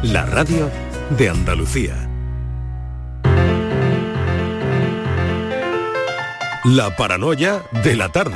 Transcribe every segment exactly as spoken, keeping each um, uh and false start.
la radio de Andalucía. La paranoia de la tarde.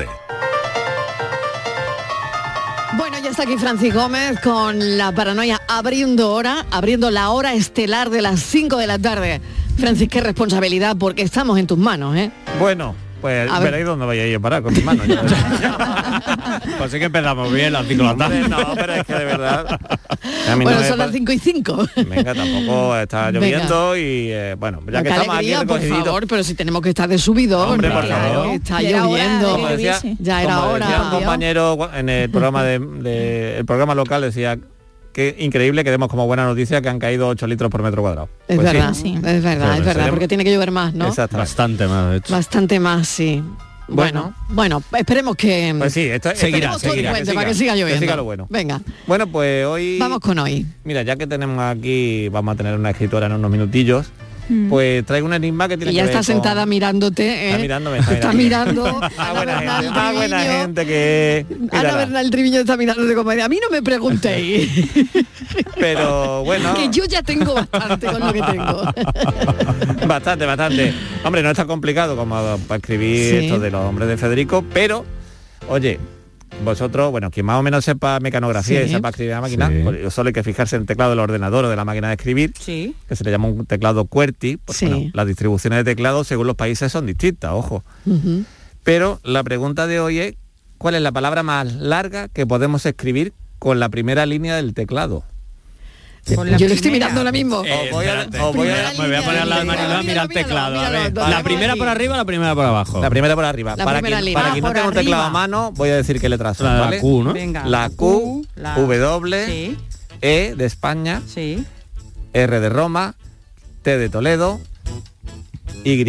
Bueno, ya está aquí Francis Gómez con la paranoia abriendo hora, abriendo la hora estelar de las cinco de la tarde. Francis, qué responsabilidad, porque estamos en tus manos, ¿eh? Bueno, pues A veréis dónde vaya a ir a parar con mis manos. Pues sí que empezamos bien las cinco de la tarde. No, pero es que de verdad... Bueno, no son las cinco y cinco. Venga, tampoco está lloviendo. Venga. Y eh, bueno, ya que Qué estamos alegría, aquí por recogiditos... favor, pero si tenemos que estar de subidón. Hombre, por claro, favor. está Ya era lloviendo. hora de que decía, ya era como hora. decía un compañero en el programa de, de el programa local, decía que increíble que demos como buena noticia que han caído ocho litros por metro cuadrado. Es Pues verdad, sí. sí. es verdad, Pero es verdad, seremos... porque tiene que llover más, ¿no? Bastante más, de hecho. Bastante más, sí. Bueno, bueno, bueno, esperemos que... Pues sí, esto, esto seguirá, esto, seguirá. Puente, para que siga lloviendo. Que siga lo bueno. Venga. Bueno, pues hoy... Vamos con hoy. Mira, ya que tenemos aquí, vamos a tener una escritora en unos minutillos, mm. pues traigo un enigma que tiene Y que ya ver está con... sentada mirándote, ¿eh? Está mirándome, está, está mirando. mirando. Ah, Ana buena Bernal gente, ah, buena Triviño. gente que... Ana Mírala. Bernal Triviño está mirándote como de, a mí no me preguntéis. Pero bueno... Que yo ya tengo bastante con lo que tengo. Bastante, bastante. Hombre, no es tan complicado como para escribir Sí. esto de los hombres de Federico, pero, oye, vosotros, bueno, quien más o menos sepa mecanografía Sí. y sepa escribir a la máquina, Sí. pues solo hay que fijarse en el teclado del ordenador o de la máquina de escribir, Sí. que se le llama un teclado QWERTY. Pues, Sí. bueno, las distribuciones de teclado según los países son distintas, ojo. Ujú. Pero la pregunta de hoy es, ¿cuál es la palabra más larga que podemos escribir con la primera línea del teclado? Con la Yo lo estoy primera. mirando ahora mismo. Eh, Os voy a- espérate. os voy a- Primera Me voy a poner al lado de línea, Mariló a míralo, mirar el míralo, teclado. A míralo, ver, míralo, la primera aquí. por arriba o la primera por abajo. La primera por arriba. La para primera quien, línea. para Ah, quien no por tenga un teclado a arriba. mano, voy a decir qué letras son, La, ¿vale? la Q, ¿no? Venga. La Q, la- W, Sí, E de España, sí. R de Roma, T de Toledo, Y,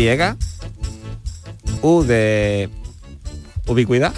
U de ubicuidad,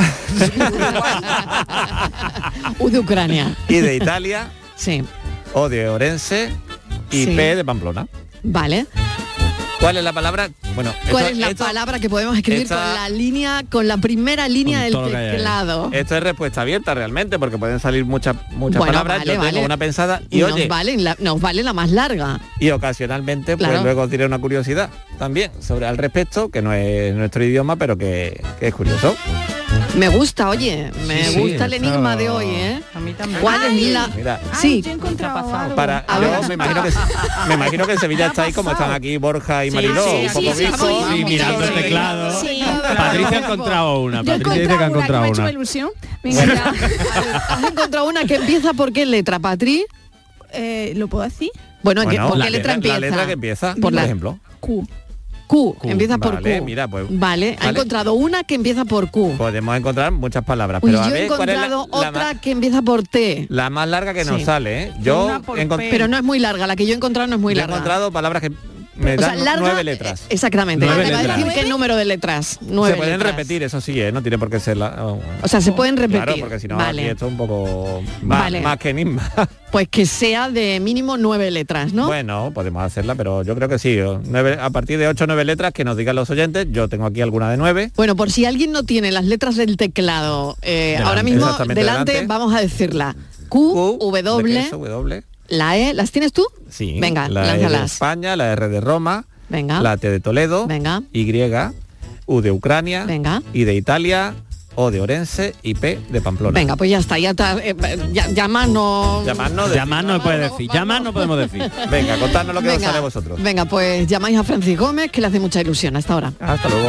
U de Ucrania. I de Italia, Sí, O de Orense y Sí. P de Pamplona. vale. ¿Cuál es la palabra? Bueno, ¿Cuál esto- es la esto- palabra que podemos escribir esta- con la línea, con la primera línea Con todo lo del que hay ahí. teclado? Esto es respuesta abierta realmente, porque pueden salir muchas muchas Bueno, palabras. vale, Yo tengo vale. una pensada y nos, oye, vale la, nos vale la más larga. y ocasionalmente Claro. pues luego os diré una curiosidad también sobre al respecto, que no es nuestro idioma, pero que, que es curioso. Me gusta, oye, me Sí, sí, gusta el eso- enigma de hoy, ¿eh? A mí también. ¿Cuál es la...? Mira, Sí, yo he encontrado ¿Qué ha pasado? algo. para A yo ver, me imagino que me imagino que en Sevilla estáis como están aquí Borja y Sí, Mariló, sí, un sí, poco sí, viejos. sí, Sí, mirando el Sí. teclado. Sí. Patricia ha encontrado una. Yo he Patricia dice que ha encontrado una que me ha encontrado hecho una. ilusión. Venga, ya. ¿Has encontrado una que empieza por qué letra, Patri? Eh, ¿Lo puedo decir? Bueno, ¿qué- Bueno, ¿por la qué letra, letra, empieza? la letra que empieza, Por por, la- ejemplo. Q. Q, Q, empieza por vale, Q. mira, pues, Vale, ha vale. encontrado una que empieza por Q. Podemos encontrar muchas palabras, Uy, pero yo a he ver cuál es la, encontrado la otra más, que empieza por T. la más larga que nos Sí. sale, ¿eh? Yo Una por he, encont- P. Pero no es muy larga, la que yo he encontrado no es muy yo he larga. encontrado palabras que me O sea, dan larga, nueve letras. eh, Exactamente. Nueve Te va a letras. decir qué número de letras. Nueve Se pueden letras. repetir, eso sí, ¿eh? No tiene por qué ser la... oh, O sea, se pueden repetir. Claro, porque si no vale. aquí esto es un poco más, Vale. más que enigma. Pues que sea de mínimo nueve letras, ¿no? Bueno, podemos hacerla, pero yo creo que sí. o nueve- a partir de ocho o nueve letras, que nos digan los oyentes. Yo tengo aquí alguna de nueve. Bueno, por si alguien no tiene las letras del teclado eh, Delante. ahora mismo Exactamente, delante, delante. vamos a decirla. Q, Q, de W, queso, W. la E, ¿las tienes tú? Sí. Venga, la E de lánzalas. España, la R de Roma, Venga. la T de Toledo, Venga. Y, U de Ucrania, Venga. I de Italia, O de Orense y P de Pamplona. Venga, pues ya está, ya está. eh, ya, ya más no... Llamadnos de- Ya más no puede decir. Ya más no podemos decir. Venga, contadnos lo que os Venga, sale a vosotros. venga, pues llamáis a Francis Gómez, que le hace mucha ilusión hasta ahora. Hasta luego.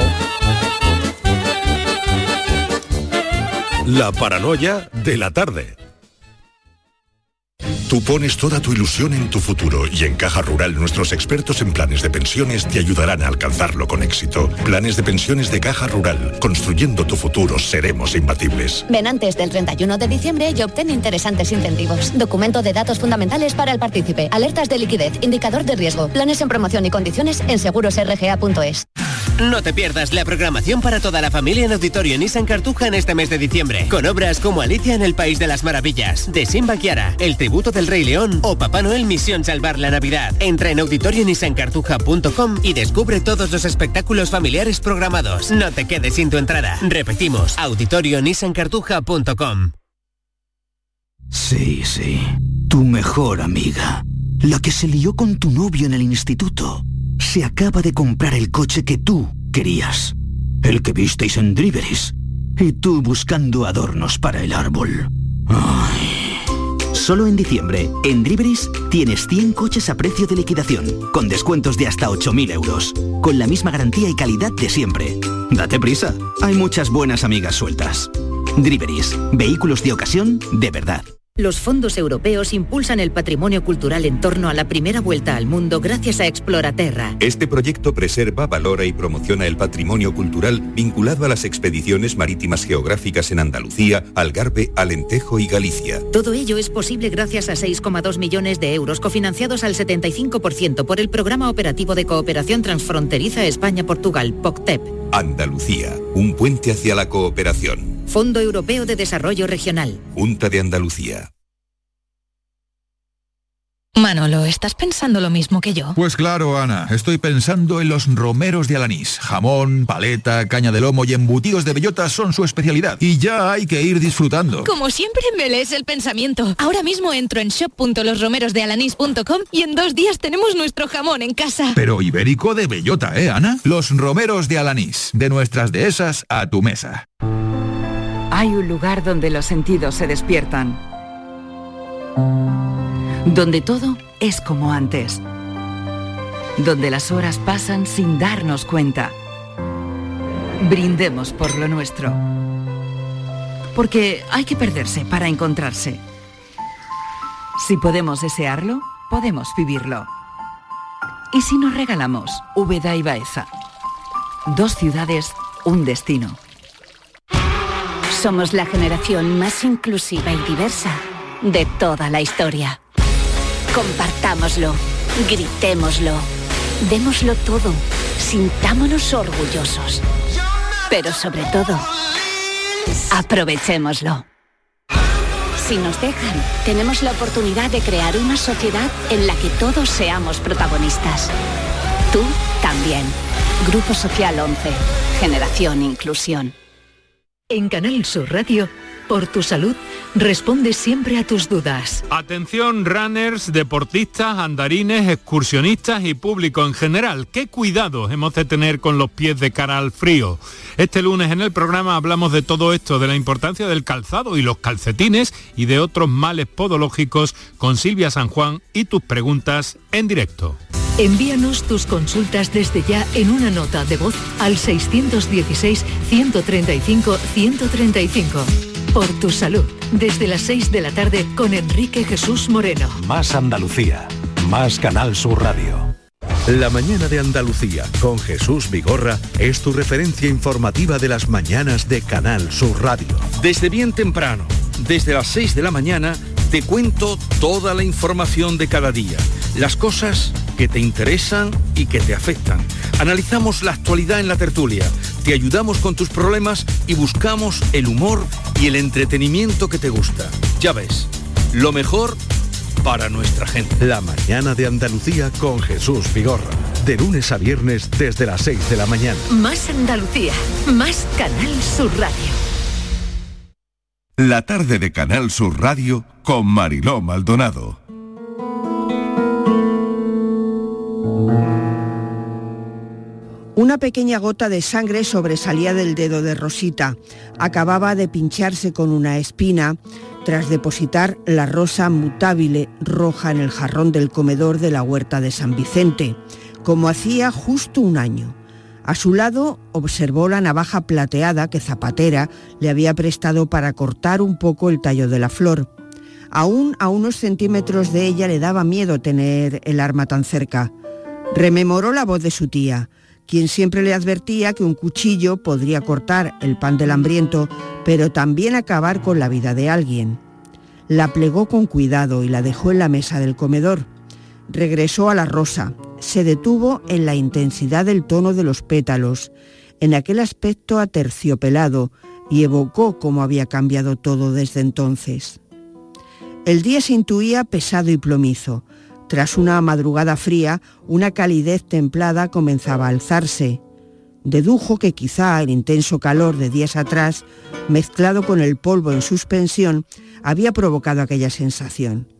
La paranoia de la tarde. Tú pones toda tu ilusión en tu futuro y en Caja Rural nuestros expertos en planes de pensiones te ayudarán a alcanzarlo con éxito. Planes de pensiones de Caja Rural. Construyendo tu futuro seremos imbatibles. Ven antes del treinta y uno de diciembre y obtén interesantes incentivos. Documento de datos fundamentales para el partícipe. Alertas de liquidez. Indicador de riesgo. Planes en promoción y condiciones en seguros r g a punto es. No te pierdas la programación para toda la familia en Auditorio Nissan Cartuja en este mes de diciembre, con obras como Alicia en el País de las Maravillas, de Simba Kiara, El Tributo del Rey León o Papá Noel Misión Salvar la Navidad. Entra en auditorio nissan cartuja punto com y descubre todos los espectáculos familiares programados. No te quedes sin tu entrada. Repetimos, auditorio nissan cartuja punto com. Sí, sí, tu mejor amiga. la que se lió con tu novio en el instituto, se acaba de comprar el coche que tú querías, el que visteis en Driveris, y tú buscando adornos para el árbol. Ay. Solo en diciembre, en Driveris, tienes cien coches a precio de liquidación, con descuentos de hasta ocho mil euros, con la misma garantía y calidad de siempre. Date prisa, hay muchas buenas amigas sueltas. Driveris, vehículos de ocasión de verdad. Los fondos europeos impulsan el patrimonio cultural en torno a la primera vuelta al mundo gracias a Exploraterra. Este proyecto preserva, valora y promociona el patrimonio cultural vinculado a las expediciones marítimas geográficas en Andalucía, Algarve, Alentejo y Galicia. Todo ello es posible gracias a seis coma dos millones de euros cofinanciados al setenta y cinco por ciento por el Programa Operativo de Cooperación Transfronteriza España-Portugal, POCTEP. Andalucía, un puente hacia la cooperación. Fondo Europeo de Desarrollo Regional. Junta de Andalucía. Manolo, ¿estás pensando lo mismo que yo? Pues claro, Ana, estoy pensando en los romeros de Alanís. Jamón, paleta, caña de lomo y embutidos de bellota son su especialidad. Y ya hay que ir disfrutando. Como siempre me lees el pensamiento. Ahora mismo entro en shop punto los romeros de alanís punto com y en dos días tenemos nuestro jamón en casa. Pero ibérico de bellota, ¿eh, Ana? Los romeros de Alanís, de nuestras dehesas a tu mesa. Hay un lugar donde los sentidos se despiertan, donde todo es como antes, donde las horas pasan sin darnos cuenta. Brindemos por lo nuestro, porque hay que perderse para encontrarse. Si podemos desearlo, podemos vivirlo. ¿Y si nos regalamos Úbeda y Baeza? Dos ciudades, un destino. Somos la generación más inclusiva y diversa de toda la historia. Compartámoslo, gritémoslo, démoslo todo, sintámonos orgullosos. Pero sobre todo, aprovechémoslo. Si nos dejan, tenemos la oportunidad de crear una sociedad en la que todos seamos protagonistas. Tú también. Grupo Social once, Generación Inclusión. En Canal Sur Radio, por tu salud, responde siempre a tus dudas. Atención runners, deportistas, andarines, excursionistas y público en general. ¿Qué cuidados hemos de tener con los pies de cara al frío? Este lunes en el programa hablamos de todo esto, de la importancia del calzado y los calcetines y de otros males podológicos con Silvia San Juan y tus preguntas en directo. Envíanos tus consultas desde ya en una nota de voz al seiscientos dieciséis, ciento treinta y cinco, ciento treinta y cinco. Por tu salud, desde las seis de la tarde con Enrique Jesús Moreno. Más Andalucía, más Canal Sur Radio. La mañana de Andalucía con Jesús Vigorra es tu referencia informativa de las mañanas de Canal Sur Radio. Desde bien temprano, desde las seis de la mañana, te cuento toda la información de cada día, las cosas que te interesan y que te afectan. Analizamos la actualidad en la tertulia, te ayudamos con tus problemas y buscamos el humor y el entretenimiento que te gusta. Ya ves, lo mejor para nuestra gente. La mañana de Andalucía con Jesús Vigorra, de lunes a viernes desde las seis de la mañana. Más Andalucía, más Canal Sur Radio. La tarde de Canal Sur Radio con Mariló Maldonado. Una pequeña gota de sangre sobresalía del dedo de Rosita. Acababa de pincharse con una espina tras depositar la rosa mutabile roja en el jarrón del comedor de la huerta de San Vicente, como hacía justo un año. A su lado observó la navaja plateada que Zapatera le había prestado para cortar un poco el tallo de la flor. Aún a unos centímetros de ella le daba miedo tener el arma tan cerca. Rememoró la voz de su tía, quien siempre le advertía que un cuchillo podría cortar el pan del hambriento, pero también acabar con la vida de alguien. La plegó con cuidado y la dejó en la mesa del comedor. Regresó a la rosa, se detuvo en la intensidad del tono de los pétalos, en aquel aspecto aterciopelado, y evocó cómo había cambiado todo desde entonces. El día se intuía pesado y plomizo. Tras una madrugada fría, una calidez templada comenzaba a alzarse. Dedujo que quizá el intenso calor de días atrás, mezclado con el polvo en suspensión, había provocado aquella sensación.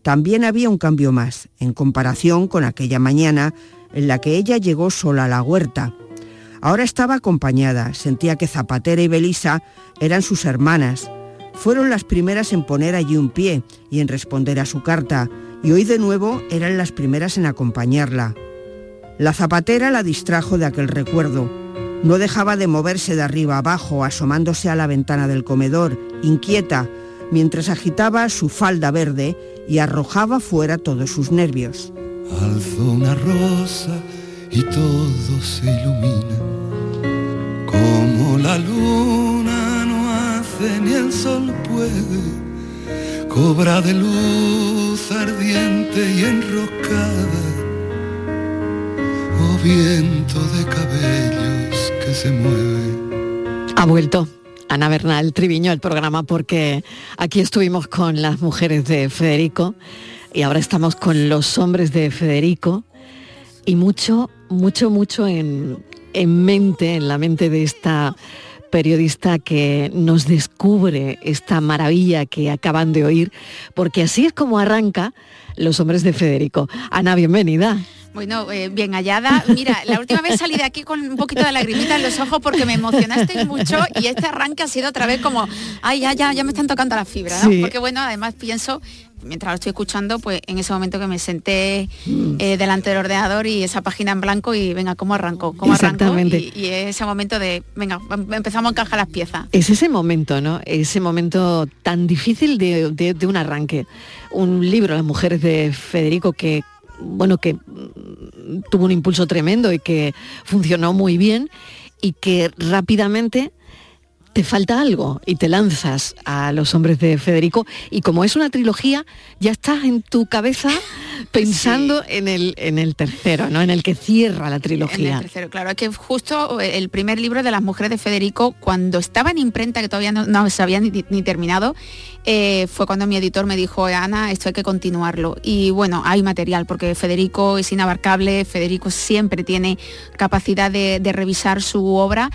También había un cambio más, en comparación con aquella mañana en la que ella llegó sola a la huerta. Ahora estaba acompañada, sentía que Zapatera y Belisa eran sus hermanas. Fueron las primeras en poner allí un pie y en responder a su carta, y hoy de nuevo eran las primeras en acompañarla. La Zapatera la distrajo de aquel recuerdo. No dejaba de moverse de arriba abajo, asomándose a la ventana del comedor, inquieta, mientras agitaba su falda verde y arrojaba fuera todos sus nervios. Alzo una rosa y todo se ilumina, como la luna no hace ni el sol puede, cobra de luz ardiente y enroscada, oh viento de cabellos que se mueve. Ha vuelto Ana Bernal Triviño al programa, porque aquí estuvimos con las mujeres de Federico y ahora estamos con los hombres de Federico, y mucho, mucho, mucho en, en mente, en la mente de esta periodista que nos descubre esta maravilla que acaban de oír, porque así es como arranca Los hombres de Federico. Ana, bienvenida. Bueno, eh, bien hallada. Mira, la última vez salí de aquí con un poquito de lagrimita en los ojos porque me emocionaste mucho, y este arranque ha sido otra vez como, ay, ya, ya, ya me están tocando las fibras, ¿no? Sí. Porque bueno, además pienso, mientras lo estoy escuchando, pues en ese momento que me senté eh, delante del ordenador y esa página en blanco y venga, ¿cómo arranco? ¿Cómo arranco? Y, y ese momento de, venga, empezamos a encajar las piezas. Es ese momento, ¿no? Ese momento tan difícil de, de, de un arranque. Un libro, Las mujeres de Federico, que bueno, que tuvo un impulso tremendo y que funcionó muy bien, y que rápidamente te falta algo y te lanzas a Los hombres de Federico, y como es una trilogía, ya estás en tu cabeza pensando sí. en el en el tercero, ¿no? En el que cierra la trilogía. En el tercero, claro, es que justo el primer libro de Las mujeres de Federico, cuando estaba en imprenta, que todavía no, no se había ni, ni terminado, eh, fue cuando mi editor me dijo, Ana, esto hay que continuarlo. Y bueno, hay material, porque Federico es inabarcable, Federico siempre tiene capacidad de, de revisar su obra,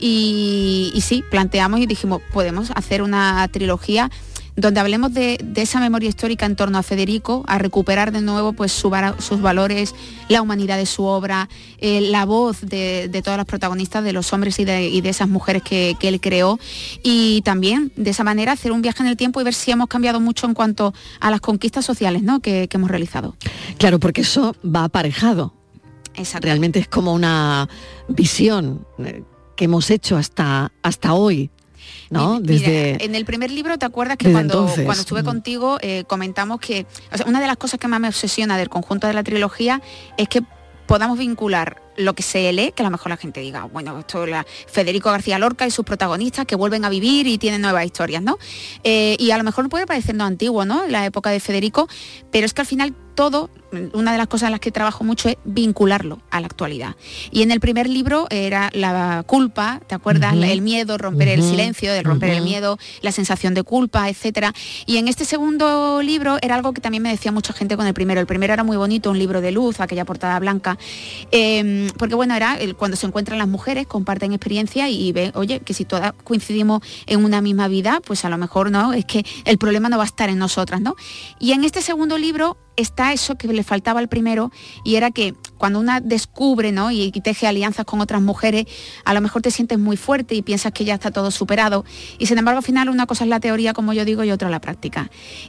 y, y sí, planteamos y dijimos, podemos hacer una trilogía donde hablemos de, de esa memoria histórica en torno a Federico, a recuperar de nuevo pues su, sus valores, la humanidad de su obra, eh, la voz de, de todas las protagonistas, de los hombres y de, y de esas mujeres que, que él creó, y también de esa manera hacer un viaje en el tiempo y ver si hemos cambiado mucho en cuanto a las conquistas sociales, ¿no? que, que hemos realizado. Claro, porque eso va aparejado. Exacto. Realmente es como una visión que hemos hecho hasta, hasta hoy. ¿No? Mira, Desde... en el primer libro, ¿te acuerdas que cuando, entonces, cuando estuve contigo eh, comentamos que, o sea, una de las cosas que más me obsesiona del conjunto de la trilogía es que podamos vincular lo que se lee, que a lo mejor la gente diga, bueno, esto es la Federico García Lorca y sus protagonistas que vuelven a vivir y tienen nuevas historias, ¿no? Eh, y a lo mejor puede parecernos antiguo, ¿no? La época de Federico, pero es que al final todo, una de las cosas en las que trabajo mucho es vincularlo a la actualidad. Y en el primer libro era la culpa, ¿te acuerdas? Uh-huh. El miedo, romper uh-huh. el silencio, de romper uh-huh. el miedo, la sensación de culpa, etcétera. Y en este segundo libro era algo que también me decía mucha gente con el primero. El primero era muy bonito, un libro de luz, aquella portada blanca, eh, porque bueno, era el, cuando se encuentran las mujeres, comparten experiencia y, y ven, oye, que si todas coincidimos en una misma vida, pues a lo mejor no, es que el problema no va a estar en nosotras, ¿no? Y en este segundo libro está eso que le faltaba al primero, y era que cuando una descubre, ¿no? y, y teje alianzas con otras mujeres, a lo mejor te sientes muy fuerte y piensas que ya está todo superado, y sin embargo al final una cosa es la teoría, como yo digo, y otra la práctica.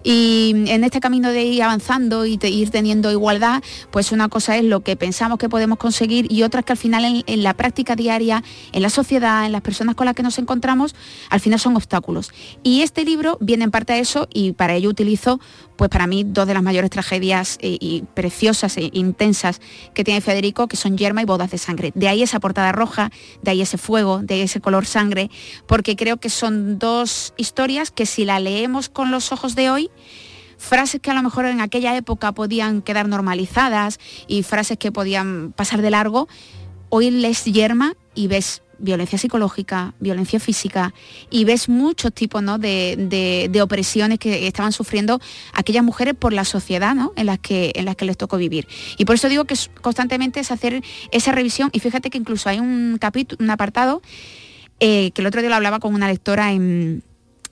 Y en este camino de ir avanzando y de ir teniendo igualdad, pues una cosa es lo que pensamos que podemos conseguir, y otra es que al final en, en la práctica diaria, en la sociedad, en las personas con las que nos encontramos, al final son obstáculos. Y este libro viene en parte a eso, y para ello utilizo, pues para mí, dos de las mayores tragedias eh, y preciosas e intensas que tiene Federico, que son Yerma y Bodas de sangre. De ahí esa portada roja, de ahí ese fuego, de ahí ese color sangre, porque creo que son dos historias que si la leemos con los ojos de hoy, frases que a lo mejor en aquella época podían quedar normalizadas y frases que podían pasar de largo, hoy lees Yerma y ves violencia psicológica, violencia física, y ves muchos tipos, ¿no? de, de, de opresiones que estaban sufriendo aquellas mujeres por la sociedad, ¿no? en, las que, en las que les tocó vivir. Y por eso digo que constantemente es hacer esa revisión, y fíjate que incluso hay un capítulo, un apartado, eh, que el otro día lo hablaba con una lectora en,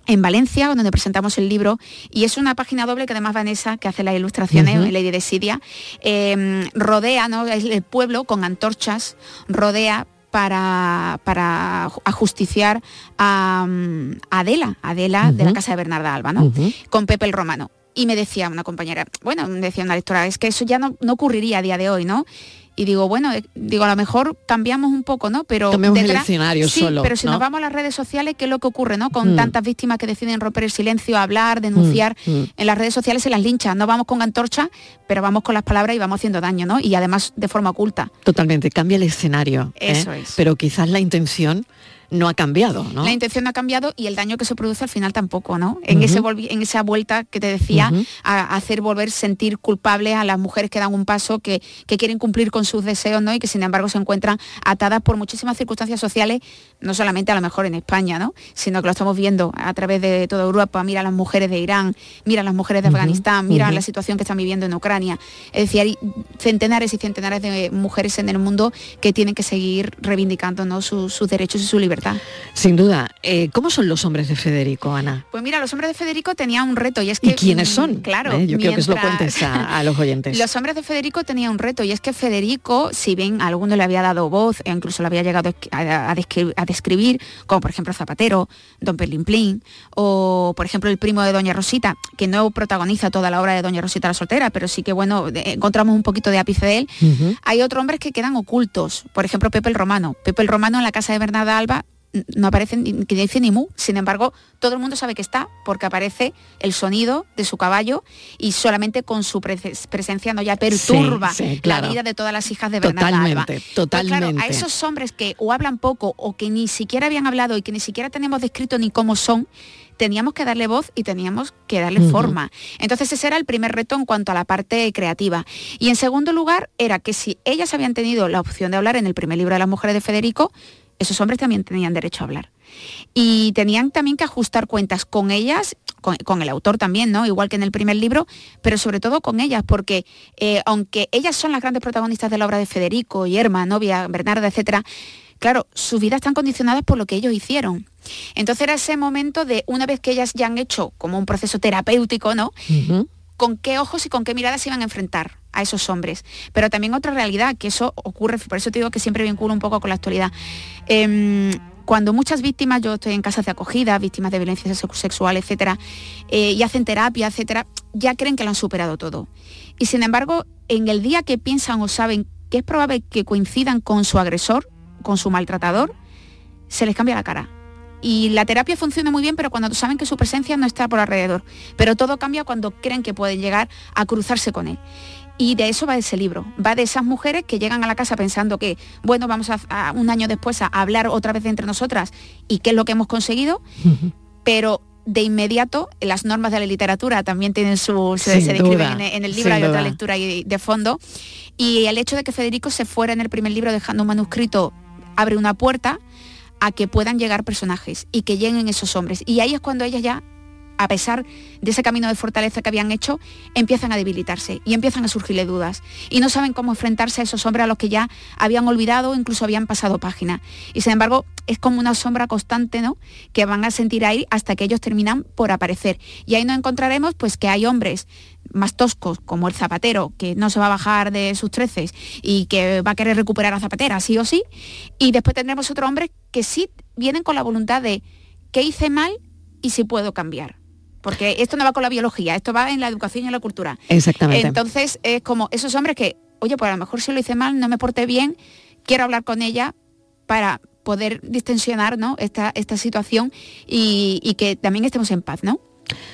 en Valencia, donde presentamos el libro, y es una página doble que además Vanessa, que hace las ilustraciones, uh-huh. Lady Desidia, eh, rodea, ¿no? El pueblo con antorchas, rodea para, para ajusticiar a, a Adela, Adela uh-huh. de la casa de Bernarda Alba, ¿no? Uh-huh. Con Pepe el Romano. Y me decía una compañera, bueno, me decía una lectora, es que eso ya no, no ocurriría a día de hoy, ¿no? Y digo, bueno, eh, digo, a lo mejor cambiamos un poco, ¿no? Pero cambiamos detrás, el escenario sí, solo, pero si ¿no? nos vamos a las redes sociales, ¿qué es lo que ocurre, no? Con mm. tantas víctimas que deciden romper el silencio, hablar, denunciar, mm. Mm. en las redes sociales se las linchan. No vamos con antorcha, pero vamos con las palabras y vamos haciendo daño, ¿no? Y además de forma oculta. Totalmente, cambia el escenario. Eso ¿eh? es. Pero quizás la intención no ha cambiado, ¿no? La intención no ha cambiado y el daño que se produce al final tampoco, ¿no? En, uh-huh. ese volvi- en esa vuelta que te decía, uh-huh. a, a hacer volver sentir culpables a las mujeres que dan un paso, que, que quieren cumplir con sus deseos, ¿no? Y que sin embargo se encuentran atadas por muchísimas circunstancias sociales, no solamente a lo mejor en España, ¿no? Sino que lo estamos viendo a través de toda Europa. Mira a las mujeres de Irán, mira a las mujeres de uh-huh. Afganistán, mira uh-huh. la situación que están viviendo en Ucrania. Es decir, hay centenares y centenares de mujeres en el mundo que tienen que seguir reivindicando, ¿no? sus, sus derechos y su libertad. Sin duda. Eh, ¿Cómo son los hombres de Federico, Ana? Pues mira, los hombres de Federico tenían un reto y es que... ¿Y quiénes son? Claro. Eh, yo mientras... quiero que os lo cuentes a, a los oyentes. Los hombres de Federico tenían un reto y es que Federico, si bien a alguno le había dado voz e incluso le había llegado a, a, describir, a describir, como por ejemplo Zapatero, Don Perlimplín, o por ejemplo el primo de Doña Rosita, que no protagoniza toda la obra de Doña Rosita la Soltera, pero sí que bueno, encontramos un poquito de ápice de él, uh-huh. hay otros hombres que quedan ocultos. Por ejemplo, Pepe el Romano. Pepe el Romano en la casa de Bernarda Alba no aparece ni, ni dice ni mu, sin embargo todo el mundo sabe que está porque aparece el sonido de su caballo y solamente con su pre- presencia no ya perturba sí, sí, claro. la vida de todas las hijas de Bernarda totalmente, Alba. Totalmente, pues claro, a esos hombres que o hablan poco o que ni siquiera habían hablado y que ni siquiera tenemos descrito ni cómo son, teníamos que darle voz y teníamos que darle uh-huh. forma. Entonces ese era el primer reto en cuanto a la parte creativa. Y en segundo lugar era que si ellas habían tenido la opción de hablar en el primer libro de las mujeres de Federico, esos hombres también tenían derecho a hablar. Y tenían también que ajustar cuentas con ellas, con, con el autor también, ¿no? Igual que en el primer libro, pero sobre todo con ellas, porque eh, aunque ellas son las grandes protagonistas de la obra de Federico, Yerma, Novia, Bernarda, etcétera, claro, sus vidas están condicionadas por lo que ellos hicieron. Entonces era ese momento de, una vez que ellas ya han hecho como un proceso terapéutico, ¿no? Uh-huh. Con qué ojos y con qué miradas se iban a enfrentar a esos hombres. Pero también otra realidad, que eso ocurre, por eso te digo que siempre vinculo un poco con la actualidad. Eh, cuando muchas víctimas, yo estoy en casas de acogida, víctimas de violencia sexual, etcétera, eh, y hacen terapia, etcétera, ya creen que lo han superado todo. Y sin embargo, en el día que piensan o saben que es probable que coincidan con su agresor, con su maltratador, se les cambia la cara. Y la terapia funciona muy bien, pero cuando saben que su presencia no está por alrededor. Pero todo cambia cuando creen que pueden llegar a cruzarse con él. Y de eso va ese libro. Va de esas mujeres que llegan a la casa pensando que, bueno, vamos a, a un año después a hablar otra vez entre nosotras y qué es lo que hemos conseguido, uh-huh. pero de inmediato las normas de la literatura también tienen su... Se, se describen en, en el libro, hay duda. Otra lectura de fondo. Y el hecho de que Federico se fuera en el primer libro dejando un manuscrito abre una puerta a que puedan llegar personajes y que lleguen esos hombres. Y ahí es cuando ellas ya, a pesar de ese camino de fortaleza que habían hecho, empiezan a debilitarse y empiezan a surgirle dudas. Y no saben cómo enfrentarse a esos hombres a los que ya habían olvidado, incluso habían pasado página. Y sin embargo, es como una sombra constante, ¿no?, que van a sentir ahí hasta que ellos terminan por aparecer. Y ahí nos encontraremos pues que hay hombres más toscos, como el Zapatero, que no se va a bajar de sus treces y que va a querer recuperar a Zapatera, sí o sí. Y después tendremos otros hombres que sí vienen con la voluntad de qué hice mal y si puedo cambiar. Porque esto no va con la biología, esto va en la educación y en la cultura. Exactamente. Entonces es como esos hombres que, oye, pues a lo mejor si lo hice mal, no me porté bien, quiero hablar con ella para poder distensionar, ¿no?, esta, esta situación y, y que también estemos en paz, ¿no?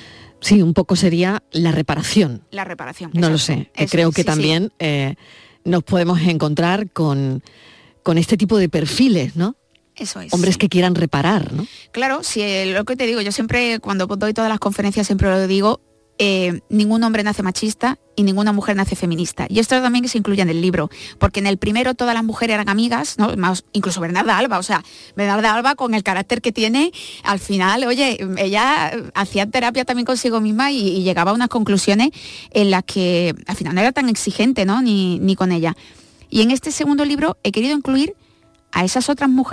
Sí, un poco sería la reparación. La reparación. No exacto. lo sé. Eso, Creo que sí, también sí. Eh, nos podemos encontrar con, con este tipo de perfiles, ¿no? Eso es. Hombres que quieran reparar, ¿no? Claro, si sí, lo que te digo, yo siempre, cuando doy todas las conferencias, siempre lo digo, eh, ningún hombre nace machista y ninguna mujer nace feminista. Y esto también que se incluye en el libro, porque en el primero todas las mujeres eran amigas, ¿no? Más, incluso Bernarda Alba, o sea, Bernarda Alba con el carácter que tiene, al final, oye, ella hacía terapia también consigo misma y, y llegaba a unas conclusiones en las que al final no era tan exigente, ¿no?, ni, ni con ella. Y en este segundo libro he querido incluir a esas otras mujeres,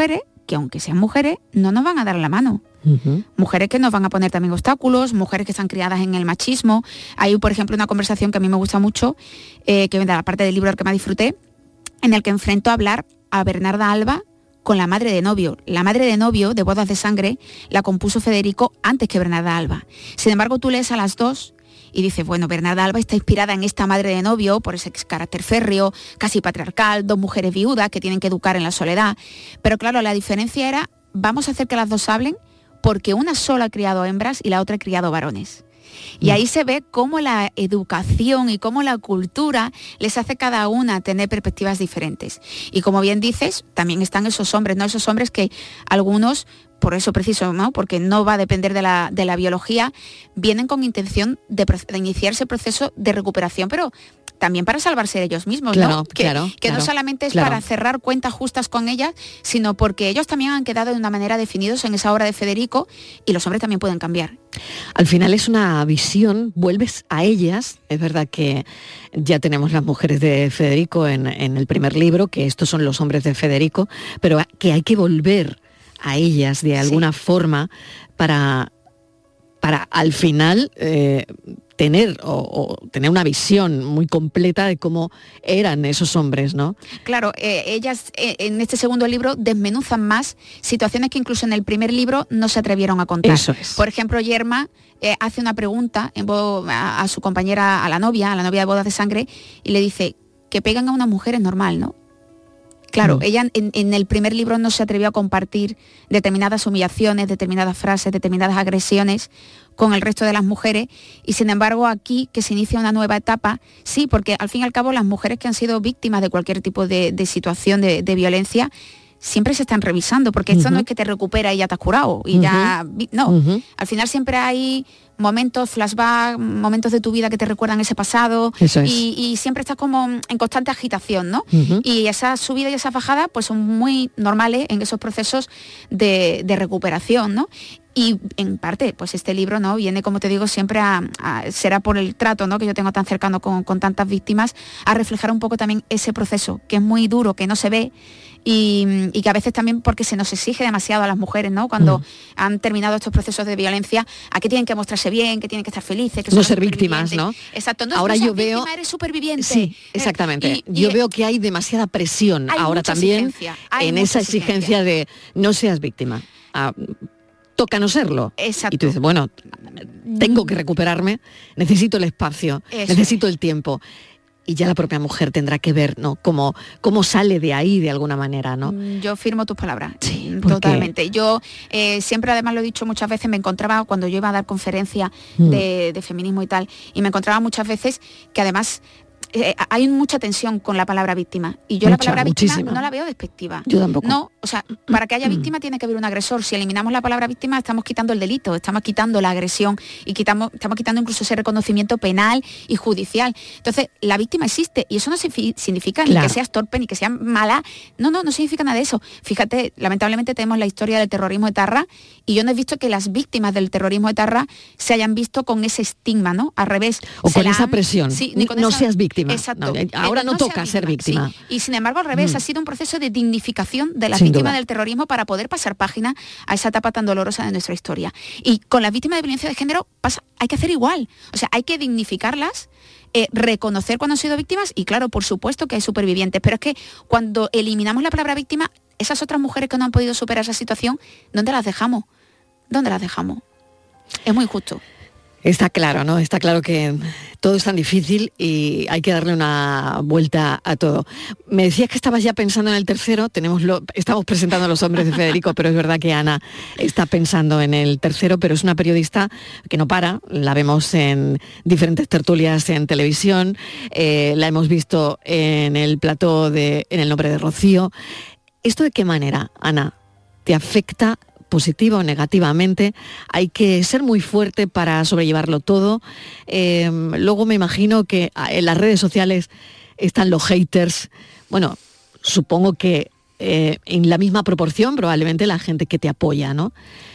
que aunque sean mujeres, no nos van a dar la mano. Uh-huh. Mujeres que nos van a poner también obstáculos, mujeres que están criadas en el machismo. Hay, por ejemplo, una conversación que a mí me gusta mucho, eh, que de la parte del libro que más disfruté, en el que enfrento a hablar a Bernarda Alba con la madre de Novio. La madre de Novio, de Bodas de Sangre, la compuso Federico antes que Bernarda Alba. Sin embargo, tú lees a las dos y dices, bueno, Bernarda Alba está inspirada en esta madre de Novio por ese carácter férreo, casi patriarcal, dos mujeres viudas que tienen que educar en la soledad. Pero claro, la diferencia era, vamos a hacer que las dos hablen porque una sola ha criado hembras y la otra ha criado varones. Y ahí se ve cómo la educación y cómo la cultura les hace cada una tener perspectivas diferentes. Y como bien dices, también están esos hombres, ¿no? Esos hombres que algunos, por eso preciso, ¿no? Porque no va a depender de la, de la biología, vienen con intención de, de iniciar ese proceso de recuperación, pero también para salvarse ellos mismos, claro, ¿no? Que, claro, que claro, no solamente es claro. para cerrar cuentas justas con ellas, sino porque ellos también han quedado de una manera definidos en esa obra de Federico y los hombres también pueden cambiar. Al final es una visión, vuelves a ellas, es verdad que ya tenemos las mujeres de Federico en, en el primer libro, que estos son los hombres de Federico, pero que hay que volver a ellas de alguna sí. forma para, para al final eh, tener o, o tener una visión muy completa de cómo eran esos hombres, ¿no? Claro, eh, ellas eh, en este segundo libro desmenuzan más situaciones que incluso en el primer libro no se atrevieron a contar. Eso es. Por ejemplo, Yerma eh, hace una pregunta en bo- a, a su compañera, a la novia, a la novia de Bodas de Sangre, y le dice, que pegan a una mujer es normal, ¿no? Claro, mm. ella en, en el primer libro no se atrevió a compartir determinadas humillaciones, determinadas frases, determinadas agresiones con el resto de las mujeres, y sin embargo aquí, que se inicia una nueva etapa, sí, porque al fin y al cabo las mujeres que han sido víctimas de cualquier tipo de, de situación de, de violencia siempre se están revisando, porque uh-huh. esto no es que te recupera y ya te has curado, y uh-huh. ya, no, uh-huh. al final siempre hay momentos, flashback, momentos de tu vida que te recuerdan ese pasado, Eso es. y, y siempre estás como en constante agitación, ¿no? Uh-huh. Y esas subidas y esas bajadas pues son muy normales en esos procesos de, de recuperación, ¿no? Y en parte, pues este libro, ¿no? Viene, como te digo, siempre a, a será por el trato, ¿no? Que yo tengo tan cercano con, con tantas víctimas, a reflejar un poco también ese proceso, que es muy duro, que no se ve, y, y que a veces también porque se nos exige demasiado a las mujeres, ¿no? Cuando mm. han terminado estos procesos de violencia, a que tienen que mostrarse bien, que tienen que estar felices, que no ser víctimas, ¿no? Exacto. No, ahora no yo veo, víctima, eres superviviente. Sí, exactamente. Y, y, yo veo que hay demasiada presión hay ahora también en esa exigencia, exigencia de no seas víctima. Ah, toca no serlo. Exacto. Y tú dices, bueno, tengo que recuperarme, necesito el espacio, Eso necesito es. el tiempo. Y ya la propia mujer tendrá que ver, ¿no? Cómo, cómo sale de ahí de alguna manera, ¿no? Yo firmo tus palabras. Sí, totalmente. Yo eh, siempre, además lo he dicho muchas veces, me encontraba cuando yo iba a dar conferencias mm. de, de feminismo y tal, y me encontraba muchas veces que además Eh, hay mucha tensión con la palabra víctima, y yo mucha, la palabra víctima muchísima. no la veo despectiva. Yo tampoco. No, o sea, para que haya víctima tiene que haber un agresor. Si eliminamos la palabra víctima, estamos quitando el delito, estamos quitando la agresión y quitamos, estamos quitando incluso ese reconocimiento penal y judicial. Entonces, la víctima existe, y eso no significa claro. ni que seas torpe, ni que seas mala. No, no, no significa nada de eso. Fíjate, lamentablemente tenemos la historia del terrorismo etarra, y yo no he visto que las víctimas del terrorismo etarra se hayan visto con ese estigma, ¿no? Al revés. O con esa presión. Sí, ni con no esa, seas víctima. Exacto. No, ahora no, no toca ser víctima. Sí. Y sin embargo, al revés, mm. ha sido un proceso de dignificación de las Sin víctimas duda. del terrorismo para poder pasar página a esa etapa tan dolorosa de nuestra historia. Y con las víctimas de violencia de género pasa, hay que hacer igual. O sea, hay que dignificarlas, eh, reconocer cuando han sido víctimas, y claro, por supuesto que hay supervivientes, pero es que cuando eliminamos la palabra víctima, esas otras mujeres que no han podido superar esa situación, ¿dónde las dejamos? ¿Dónde las dejamos? Es muy injusto. Está claro, ¿no? Está claro que todo es tan difícil y hay que darle una vuelta a todo. Me decías que estabas ya pensando en el tercero, tenemos lo, estamos presentando a los hombres de Federico, pero es verdad que Ana está pensando en el tercero, pero es una periodista que no para, la vemos en diferentes tertulias en televisión, eh, la hemos visto en el plató de En el nombre de Rocío. ¿Esto de qué manera, Ana, te afecta positiva o negativamente? Hay que ser muy fuerte para sobrellevarlo todo. Eh, luego me imagino que en las redes sociales están los haters. Bueno, supongo que eh, en la misma proporción probablemente la gente que te apoya, ¿no?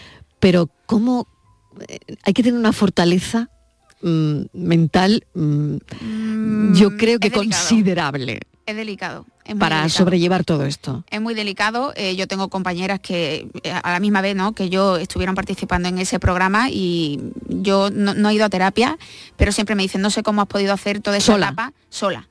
Pero ¿cómo? Eh, hay que tener una fortaleza mm, mental, mm, mm, yo creo que es delicado. considerable. Es delicado. Es muy para delicado. sobrellevar todo esto. Es muy delicado. Eh, yo tengo compañeras que eh, a la misma vez, ¿no?, que yo estuvieron participando en ese programa y yo no, no he ido a terapia, pero siempre me dicen, no sé cómo has podido hacer toda esa Sola. etapa sola.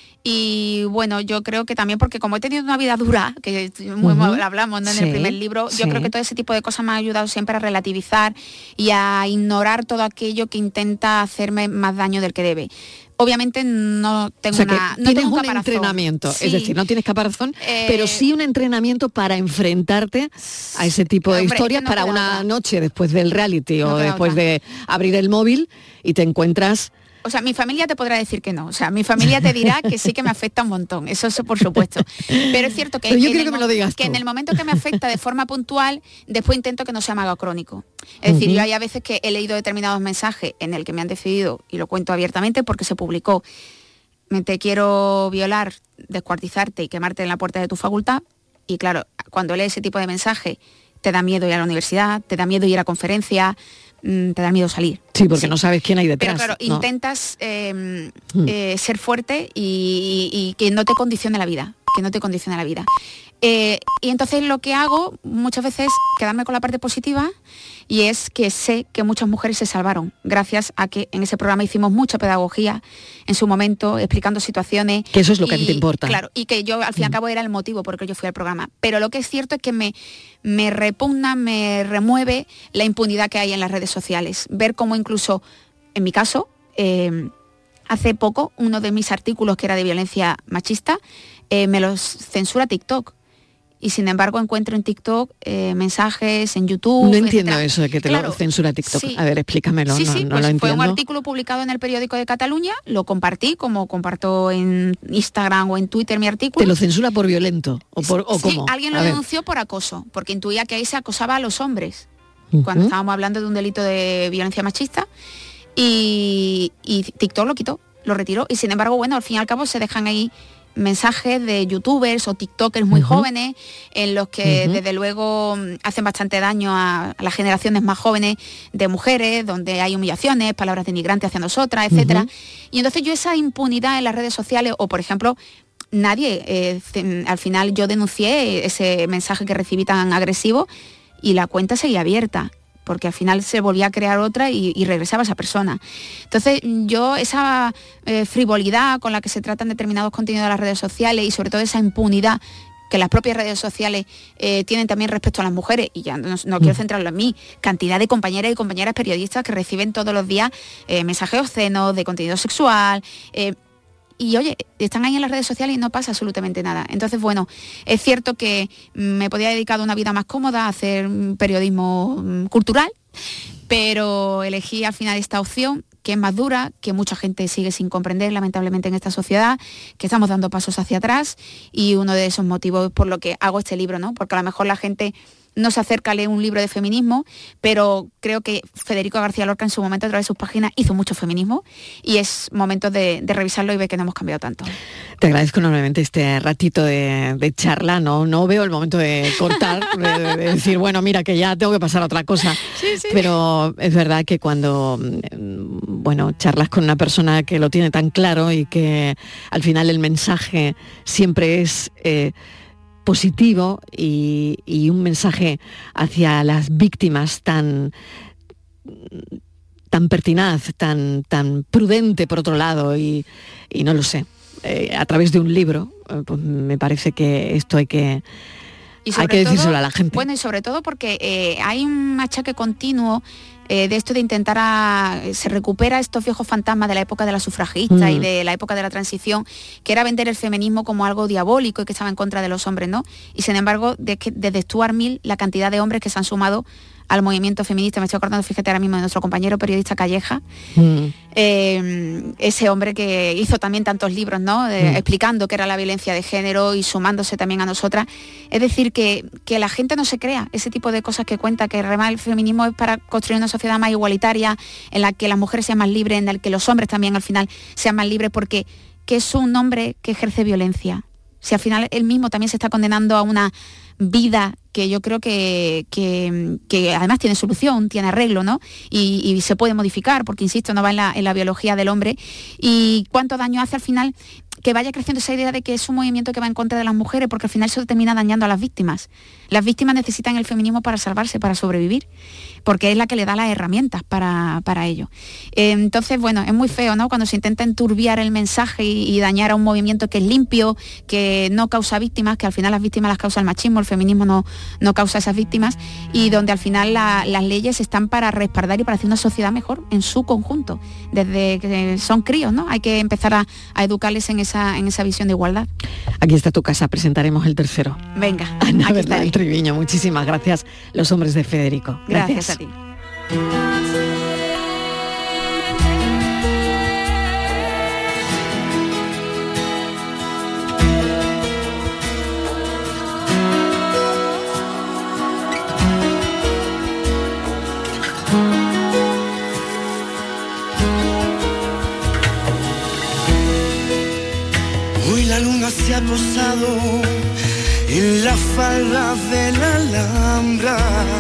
Y bueno, yo creo que también porque como he tenido una vida dura, que muy, Ujú. lo hablamos, ¿no?, en Sí, el primer libro, yo sí. creo que todo ese tipo de cosas me ha ayudado siempre a relativizar y a ignorar todo aquello que intenta hacerme más daño del que debe. Obviamente no tengo O sea, que una, no tienes tengo un un caparazón. entrenamiento, Sí. es decir, no tienes caparazón, Eh, pero sí un entrenamiento para enfrentarte a ese tipo de Hombre, es que historias no para queda una otra. noche después del reality No o queda después otra. de abrir el móvil y te encuentras... O sea, mi familia te podrá decir que no. O sea, mi familia te dirá que sí que me afecta un montón. Eso es por supuesto. Pero es cierto que, Pero yo en quiero el que me lo mo- digas que tú. en el momento que me afecta de forma puntual, después intento que no sea mago crónico. Es decir, Ujú. yo hay a veces que he leído determinados mensajes en el que me han decidido, y lo cuento abiertamente porque se publicó, me te quiero violar, descuartizarte y quemarte en la puerta de tu facultad. Y claro, cuando lees ese tipo de mensaje, te da miedo ir a la universidad, te da miedo ir a conferencias, mm, te da miedo salir. Sí, porque Sí. no sabes quién hay detrás. Pero claro, ¿no? intentas eh, Mm. eh, ser fuerte y, y- y que no te condicione la vida, que no te condicione la vida. Eh, y entonces lo que hago muchas veces es quedarme con la parte positiva y es que sé que muchas mujeres se salvaron gracias a que en ese programa hicimos mucha pedagogía en su momento, explicando situaciones. Que eso es lo que a y, ti te importa. Claro, y que yo al fin y al cabo era el motivo por el que yo fui al programa. Pero lo que es cierto es que me, me repugna, me remueve la impunidad que hay en las redes sociales. Ver cómo incluso, en mi caso, eh, hace poco uno de mis artículos que era de violencia machista, eh, me los censura TikTok. Y sin embargo encuentro en TikTok eh, mensajes, en YouTube. No entiendo etcétera. eso de que te Claro, lo censura TikTok. sí. A ver, explícamelo, Sí, no, sí, no pues lo fue entiendo. un artículo publicado en el periódico de Cataluña, lo compartí como comparto en Instagram o en Twitter mi artículo. ¿Te lo censura por violento? ¿O, por, o Sí, cómo? alguien lo A ver. denunció por acoso, porque intuía que ahí se acosaba a los hombres, Ujú. cuando estábamos hablando de un delito de violencia machista, y, y TikTok lo quitó, lo retiró, y sin embargo, bueno, al fin y al cabo se dejan ahí mensajes de youtubers o tiktokers muy Ujú. jóvenes en los que Ujú. desde luego mm, hacen bastante daño a, a las generaciones más jóvenes de mujeres, donde hay humillaciones, palabras denigrantes hacia nosotras, etcétera. Ujú. Y entonces yo esa impunidad en las redes sociales, o por ejemplo, nadie, eh, ce- al final yo denuncié ese mensaje que recibí tan agresivo y la cuenta seguía abierta, porque al final se volvía a crear otra y, y regresaba esa persona. Entonces yo esa eh, frivolidad con la que se tratan determinados contenidos de las redes sociales y sobre todo esa impunidad que las propias redes sociales eh, tienen también respecto a las mujeres, y ya no, no quiero centrarlo en mí, cantidad de compañeras y compañeras periodistas que reciben todos los días eh, mensajes obscenos de contenido sexual, eh, y oye, están ahí en las redes sociales y no pasa absolutamente nada. Entonces, bueno, es cierto que mm, me podía dedicar a una vida más cómoda, a hacer mm, periodismo mm, cultural, pero elegí al final esta opción, que es más dura, que mucha gente sigue sin comprender, lamentablemente, en esta sociedad, que estamos dando pasos hacia atrás, y uno de esos motivos por lo que hago este libro, ¿no? Porque a lo mejor la gente no se acerca a leer un libro de feminismo, pero creo que Federico García Lorca en su momento a través de sus páginas hizo mucho feminismo y es momento de, de revisarlo y ver que no hemos cambiado tanto. Te agradezco enormemente este ratito de, de charla, no, no veo el momento de cortar, de, de decir, bueno, mira, que ya tengo que pasar a otra cosa. Sí, sí. Pero es verdad que cuando, mm, bueno, charlas con una persona que lo tiene tan claro y que al final el mensaje siempre es eh, positivo y, y un mensaje hacia las víctimas tan tan pertinaz, tan, tan prudente por otro lado, y, y no lo sé, eh, a través de un libro, eh, pues me parece que esto hay que, Y hay sobre que todo- decírselo a la gente. Bueno, y sobre todo porque eh, hay un machaque continuo eh, de esto de intentar a, se recupera estos viejos fantasmas de la época de la sufragista Mm. y de la época de la transición, que era vender el feminismo como algo diabólico y que estaba en contra de los hombres, ¿no? Y sin embargo, de que, desde Stuart Mill, la cantidad de hombres que se han sumado al movimiento feminista, me estoy acordando, fíjate ahora mismo, de nuestro compañero periodista Calleja, Mm. eh, ese hombre que hizo también tantos libros, ¿no? De- Mm. explicando qué era la violencia de género y sumándose también a nosotras. Es decir, que, que la gente no se crea ese tipo de cosas que cuenta, que además el feminismo es para construir una sociedad más igualitaria, en la que las mujeres sean más libres, en la que los hombres también al final sean más libres, porque que es un hombre que ejerce violencia. Si al final él mismo también se está condenando a una vida que yo creo que, que, que además tiene solución, tiene arreglo, ¿no? Y, y se puede modificar, porque insisto, no va en la, en la biología del hombre. Y cuánto daño hace al final que vaya creciendo esa idea de que es un movimiento que va en contra de las mujeres, porque al final eso termina dañando a las víctimas. Las víctimas necesitan el feminismo para salvarse, para sobrevivir, porque es la que le da las herramientas para, para ello. Eh, entonces, bueno, es muy feo, ¿no?, cuando se intenta enturbiar el mensaje y, y dañar a un movimiento que es limpio, que no causa víctimas, que al final las víctimas las causa el machismo, el feminismo no, no causa esas víctimas, y donde al final la, las leyes están para respaldar y para hacer una sociedad mejor en su conjunto. Desde que son críos, ¿no?, hay que empezar a, a educarles en esa, en esa visión de igualdad. Aquí está tu casa, presentaremos el tercero. Venga, Ana Bernal Triviño, muchísimas gracias. Los hombres de Federico. Gracias, gracias a ti. Hoy la luna se ha posado en la falda de la Alhambra,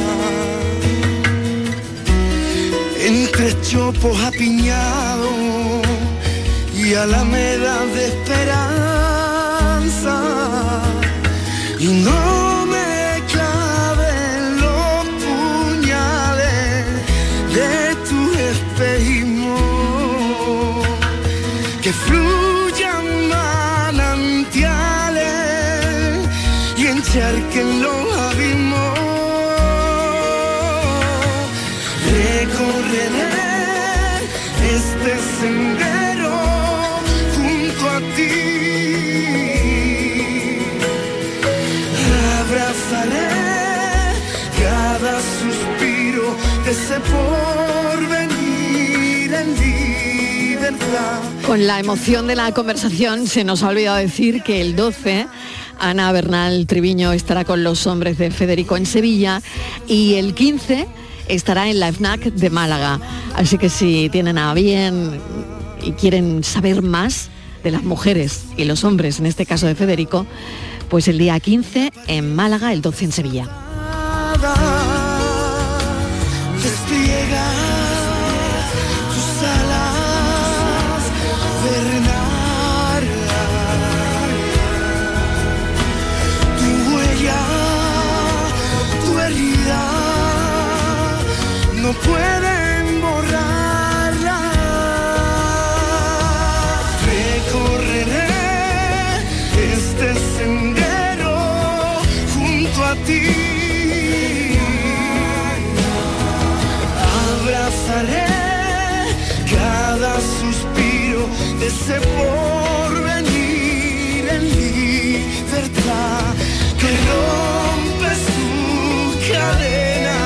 entre chopos apiñados y alameda de esperanza, y no me claven los puñales de tu espejismo, que fluyan manantiales y encharquen los abismos. Recorreré este sendero junto a ti, abrazaré cada suspiro de ese porvenir en libertad. Con la emoción de la conversación se nos ha olvidado decir que el doce Ana Bernal Triviño estará con los hombres de Federico en Sevilla y el quince estará en la FNAC de Málaga. Así que si tienen a bien y quieren saber más de las mujeres y los hombres, en este caso de Federico, pues el día quince en Málaga, el doce en Sevilla. Despliega tus alas, Bernarda, tu huella, tu herida, no pueden borrarla. Recorreré este sendero junto a ti, abrazaré cada suspiro de ese porvenir en libertad, que rompes tu cadena.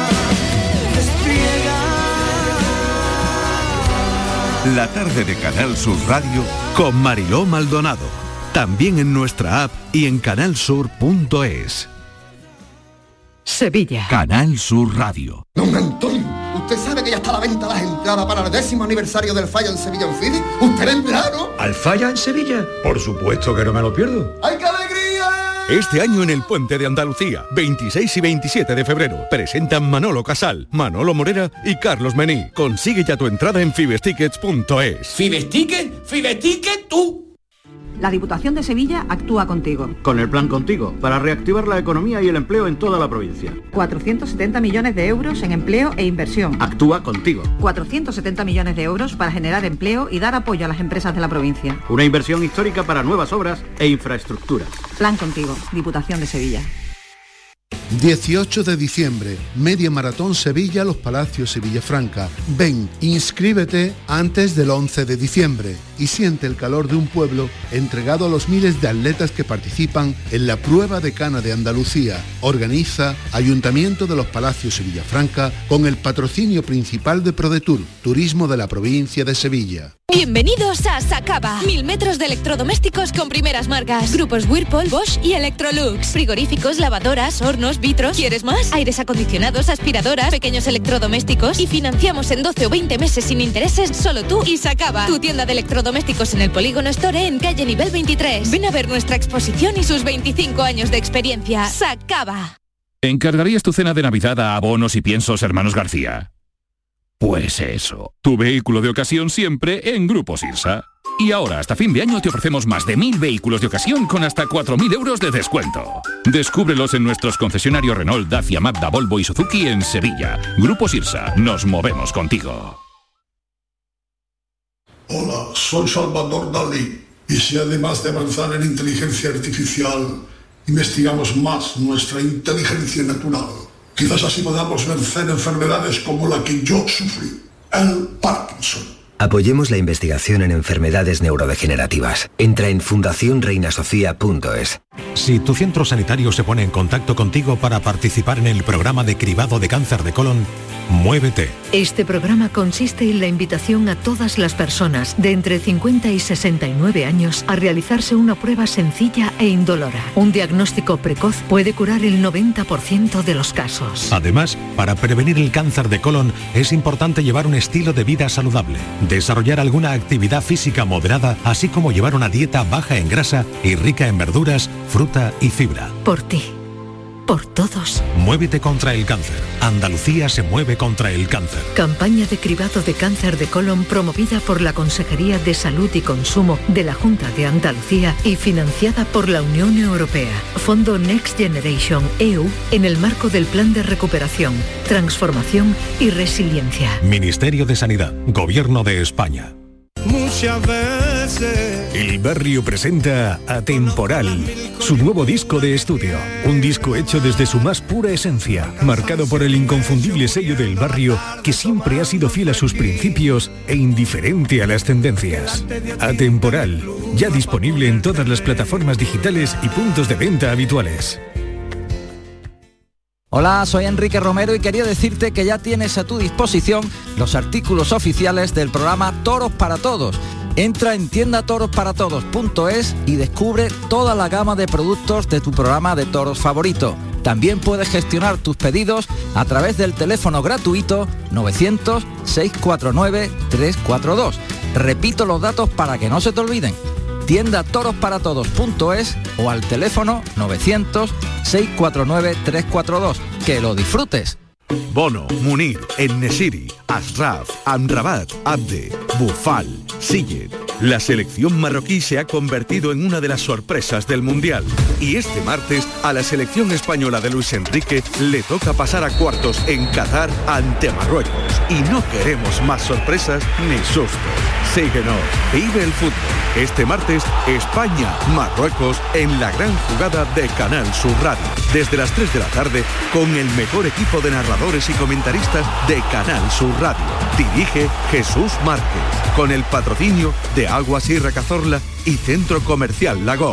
La tarde de Canal Sur Radio con Mariló Maldonado. También en nuestra app y en canal sur punto es. Sevilla. Canal Sur Radio. Don Antonio, ¿usted sabe que ya está a la venta las entradas para el décimo aniversario del Falla en Sevilla en Fidi? ¿Usted vendrá, no? ¿Al Falla en Sevilla? Por supuesto que no me lo pierdo. ¡Ay, qué alegría! Este año en el Puente de Andalucía, veintiséis y veintisiete de febrero, presentan Manolo Casal, Manolo Morera y Carlos Mení. Consigue ya tu entrada en fibestickets punto es. ¿Fibesticket? ¿Fibesticket tú? La Diputación de Sevilla actúa contigo. Con el plan Contigo, para reactivar la economía y el empleo en toda la provincia. cuatrocientos setenta millones de euros en empleo e inversión. Actúa contigo. cuatrocientos setenta millones de euros para generar empleo y dar apoyo a las empresas de la provincia. Una inversión histórica para nuevas obras e infraestructuras. Plan Contigo, Diputación de Sevilla. dieciocho de diciembre, Media Maratón Sevilla, Los Palacios y Villafranca. Ven, inscríbete antes del once de diciembre y siente el calor de un pueblo entregado a los miles de atletas que participan en la prueba decana de Andalucía. Organiza Ayuntamiento de Los Palacios y Villafranca con el patrocinio principal de ProDetour, Turismo de la provincia de Sevilla. Bienvenidos a Sacaba. Mil metros de electrodomésticos con primeras marcas. Grupos Whirlpool, Bosch y Electrolux. Frigoríficos, lavadoras, hornos, vitros. ¿Quieres más? Aires acondicionados, aspiradoras, pequeños electrodomésticos. Y financiamos en doce o veinte meses sin intereses, solo tú y Sacaba. Tu tienda de electrodomésticos en el Polígono Store en calle nivel veintitrés. Ven a ver nuestra exposición y sus veinticinco años de experiencia. Sacaba. ¿Encargarías tu cena de Navidad a Abonos y Piensos Hermanos García? Pues eso, tu vehículo de ocasión siempre en Grupo Sirsa. Y ahora, hasta fin de año, te ofrecemos más de mil vehículos de ocasión con hasta cuatro mil euros de descuento. Descúbrelos en nuestros concesionarios Renault, Dacia, Mazda, Volvo y Suzuki en Sevilla. Grupo Sirsa, nos movemos contigo. Hola, soy Salvador Dalí. Y si además de avanzar en inteligencia artificial, investigamos más nuestra inteligencia natural, quizás así podamos vencer enfermedades como la que yo sufrí, el Parkinson. Apoyemos la investigación en enfermedades neurodegenerativas. Entra en fundación reina sofía punto es. Si tu centro sanitario se pone en contacto contigo para participar en el programa de cribado de cáncer de colon, muévete. Este programa consiste en la invitación a todas las personas de entre cincuenta y sesenta y nueve años a realizarse una prueba sencilla e indolora. Un diagnóstico precoz puede curar el noventa por ciento de los casos. Además, para prevenir el cáncer de colon es importante llevar un estilo de vida saludable, desarrollar alguna actividad física moderada, así como llevar una dieta baja en grasa y rica en verduras, fruta y fibra. Por ti. Por todos. Muévete contra el cáncer. Andalucía se mueve contra el cáncer. Campaña de cribado de cáncer de colon promovida por la Consejería de Salud y Consumo de la Junta de Andalucía y financiada por la Unión Europea. Fondo Next Generation E U en el marco del Plan de Recuperación, Transformación y Resiliencia. Ministerio de Sanidad. Gobierno de España. Muchas veces El Barrio presenta Atemporal, su nuevo disco de estudio. Un disco hecho desde su más pura esencia, marcado por el inconfundible sello del Barrio, que siempre ha sido fiel a sus principios e indiferente a las tendencias. Atemporal, ya disponible en todas las plataformas digitales y puntos de venta habituales. Hola, soy Enrique Romero y quería decirte que ya tienes a tu disposición los artículos oficiales del programa Toros para Todos. Entra en tienda toros para todos punto es y descubre toda la gama de productos de tu programa de toros favorito. También puedes gestionar tus pedidos a través del teléfono gratuito novecientos, seiscientos cuarenta y nueve, trescientos cuarenta y dos. Repito los datos para que no se te olviden. Tienda toros para todos punto es o al teléfono novecientos, seiscientos cuarenta y nueve, trescientos cuarenta y dos. ¡Que lo disfrutes! Bono, Munir, Ennesiri, Asraf, Amrabat, Abde, Bufal, Sillet. La selección marroquí se ha convertido en una de las sorpresas del Mundial. Y este martes a la selección española de Luis Enrique le toca pasar a cuartos en Qatar ante Marruecos. Y no queremos más sorpresas ni sustos. Síguenos, vive el fútbol. Este martes, España-Marruecos en la gran jugada de Canal Sur Radio. Desde las tres de la tarde, con el mejor equipo de narradores y comentaristas de Canal Sur Radio. Dirige Jesús Márquez, con el patrocinio de Agua Sierra Cazorla y Centro Comercial Lago.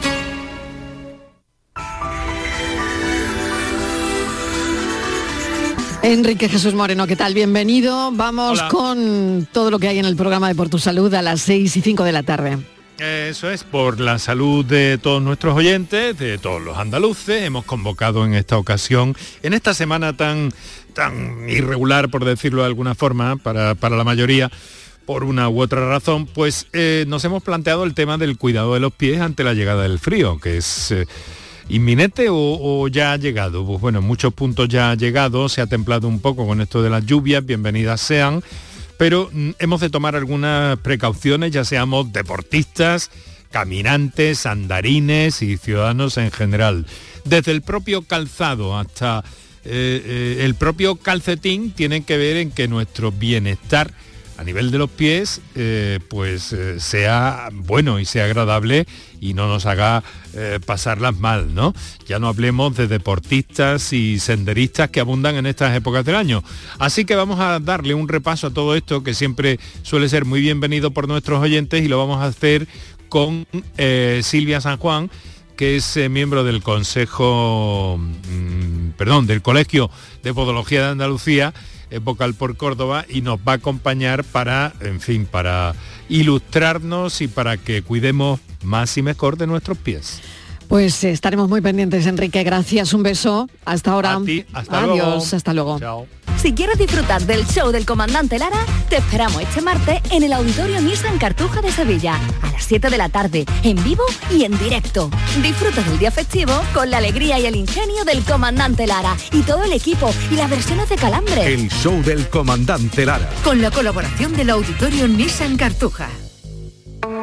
Enrique Jesús Moreno, ¿qué tal? Bienvenido. Vamos Hola. con todo lo que hay en el programa de Por tu Salud a las seis y cinco de la tarde. Eso es, por la salud de todos nuestros oyentes, de todos los andaluces. Hemos convocado en esta ocasión, en esta semana tan, tan irregular, por decirlo de alguna forma, para, para la mayoría, por una u otra razón, pues eh, nos hemos planteado el tema del cuidado de los pies ante la llegada del frío, que es... Eh, ¿inminente o, o ya ha llegado? Pues bueno, en muchos puntos ya ha llegado, se ha templado un poco con esto de las lluvias, bienvenidas sean, pero mm, hemos de tomar algunas precauciones, ya seamos deportistas, caminantes, andarines y ciudadanos en general. Desde el propio calzado hasta eh, eh, el propio calcetín tienen que ver en que nuestro bienestar a nivel de los pies, eh, pues eh, sea bueno y sea agradable y no nos haga eh, pasarlas mal, ¿no? Ya no hablemos de deportistas y senderistas que abundan en estas épocas del año. Así que vamos a darle un repaso a todo esto, que siempre suele ser muy bienvenido por nuestros oyentes, y lo vamos a hacer con eh, Silvia San Juan, que es eh, miembro del Consejo, mmm, perdón, del Colegio de Podología de Andalucía, vocal por Córdoba, y nos va a acompañar para, en fin, para ilustrarnos y para que cuidemos más y mejor de nuestros pies. Pues eh, estaremos muy pendientes, Enrique. Gracias, un beso. Hasta ahora. A ti, hasta Adiós, luego. hasta luego. Chao. Si quieres disfrutar del show del comandante Lara, te esperamos este martes en el Auditorio Nissan Cartuja de Sevilla, a las siete de la tarde, en vivo y en directo. Disfruta del día festivo con la alegría y el ingenio del comandante Lara y todo el equipo y las versiones de Calambre. El show del comandante Lara. Con la colaboración del Auditorio Nissan Cartuja.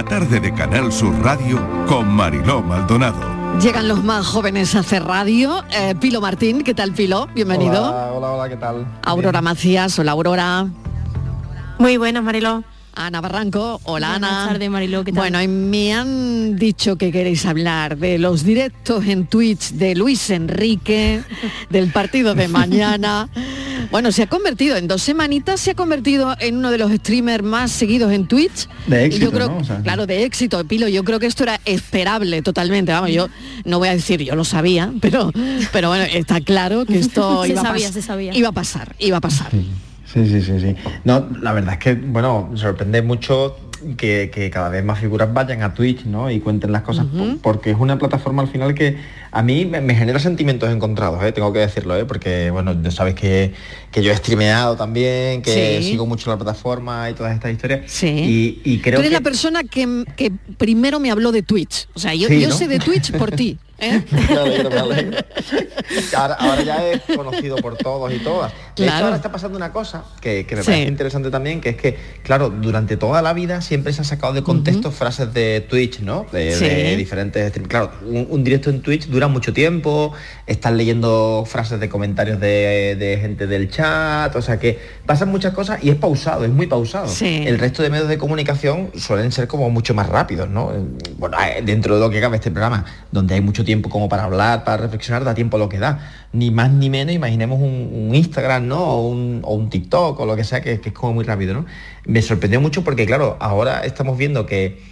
tarde de Canal Sur Radio con Mariló Maldonado. Llegan los más jóvenes a hacer radio. Eh, Pilo Martín, ¿qué tal, Pilo? Bienvenido. Hola, hola, hola, ¿qué tal? Aurora Macías, hola, Aurora. Muy buenas, Mariló. Ana Barranco, hola, Buenas Ana. Buenas tardes, Mariló, ¿qué tal? Bueno, y me han dicho que queréis hablar de los directos en Twitch de Luis Enrique, del partido de mañana. Bueno, se ha convertido, en dos semanitas se ha convertido en uno de los streamers más seguidos en Twitch. De éxito, y yo creo, ¿no? O sea, claro, de éxito, Pilo, yo creo que esto era esperable totalmente. Vamos, yo no voy a decir, yo lo sabía, pero, pero bueno, está claro que esto se iba, sabía, a se sabía. iba a pasar, iba a pasar. Sí. Sí, sí, sí, sí. No, la verdad es que, bueno, sorprende mucho que, que cada vez más figuras vayan a Twitch, ¿no? Y cuenten las cosas, uh-huh. porque es una plataforma al final que a mí me, me genera sentimientos encontrados, ¿eh? Tengo que decirlo, ¿eh? Porque, bueno, ya sabes que, que yo he streameado también, que sí. sigo mucho la plataforma y todas estas historias. Sí. Y, y creo Tú eres que... la persona que, que primero me habló de Twitch. O sea, yo, sí, yo ¿no? sé de Twitch por ti. ¿Eh? Me alegro, me alegro. Ahora, ahora ya es conocido por todos y todas. De Claro. hecho, ahora está pasando una cosa que, que me Sí. parece interesante también, que es que, claro, durante toda la vida siempre se ha sacado de contexto uh-huh. frases de Twitch, ¿no? De, Sí. de diferentes streams. Claro, un, un directo en Twitch dura mucho tiempo, estás leyendo frases de comentarios de, de gente del chat, o sea que pasan muchas cosas y es pausado, es muy pausado. Sí. El resto de medios de comunicación suelen ser como mucho más rápidos, ¿no? Bueno, dentro de lo que cabe este programa, donde hay mucho tiempo como para hablar, para reflexionar, da tiempo a lo que da. Ni más ni menos, imaginemos un, un Instagram, ¿no? O un, o un TikTok o lo que sea, que, que es como muy rápido, ¿no? Me sorprendió mucho porque, claro, ahora estamos viendo que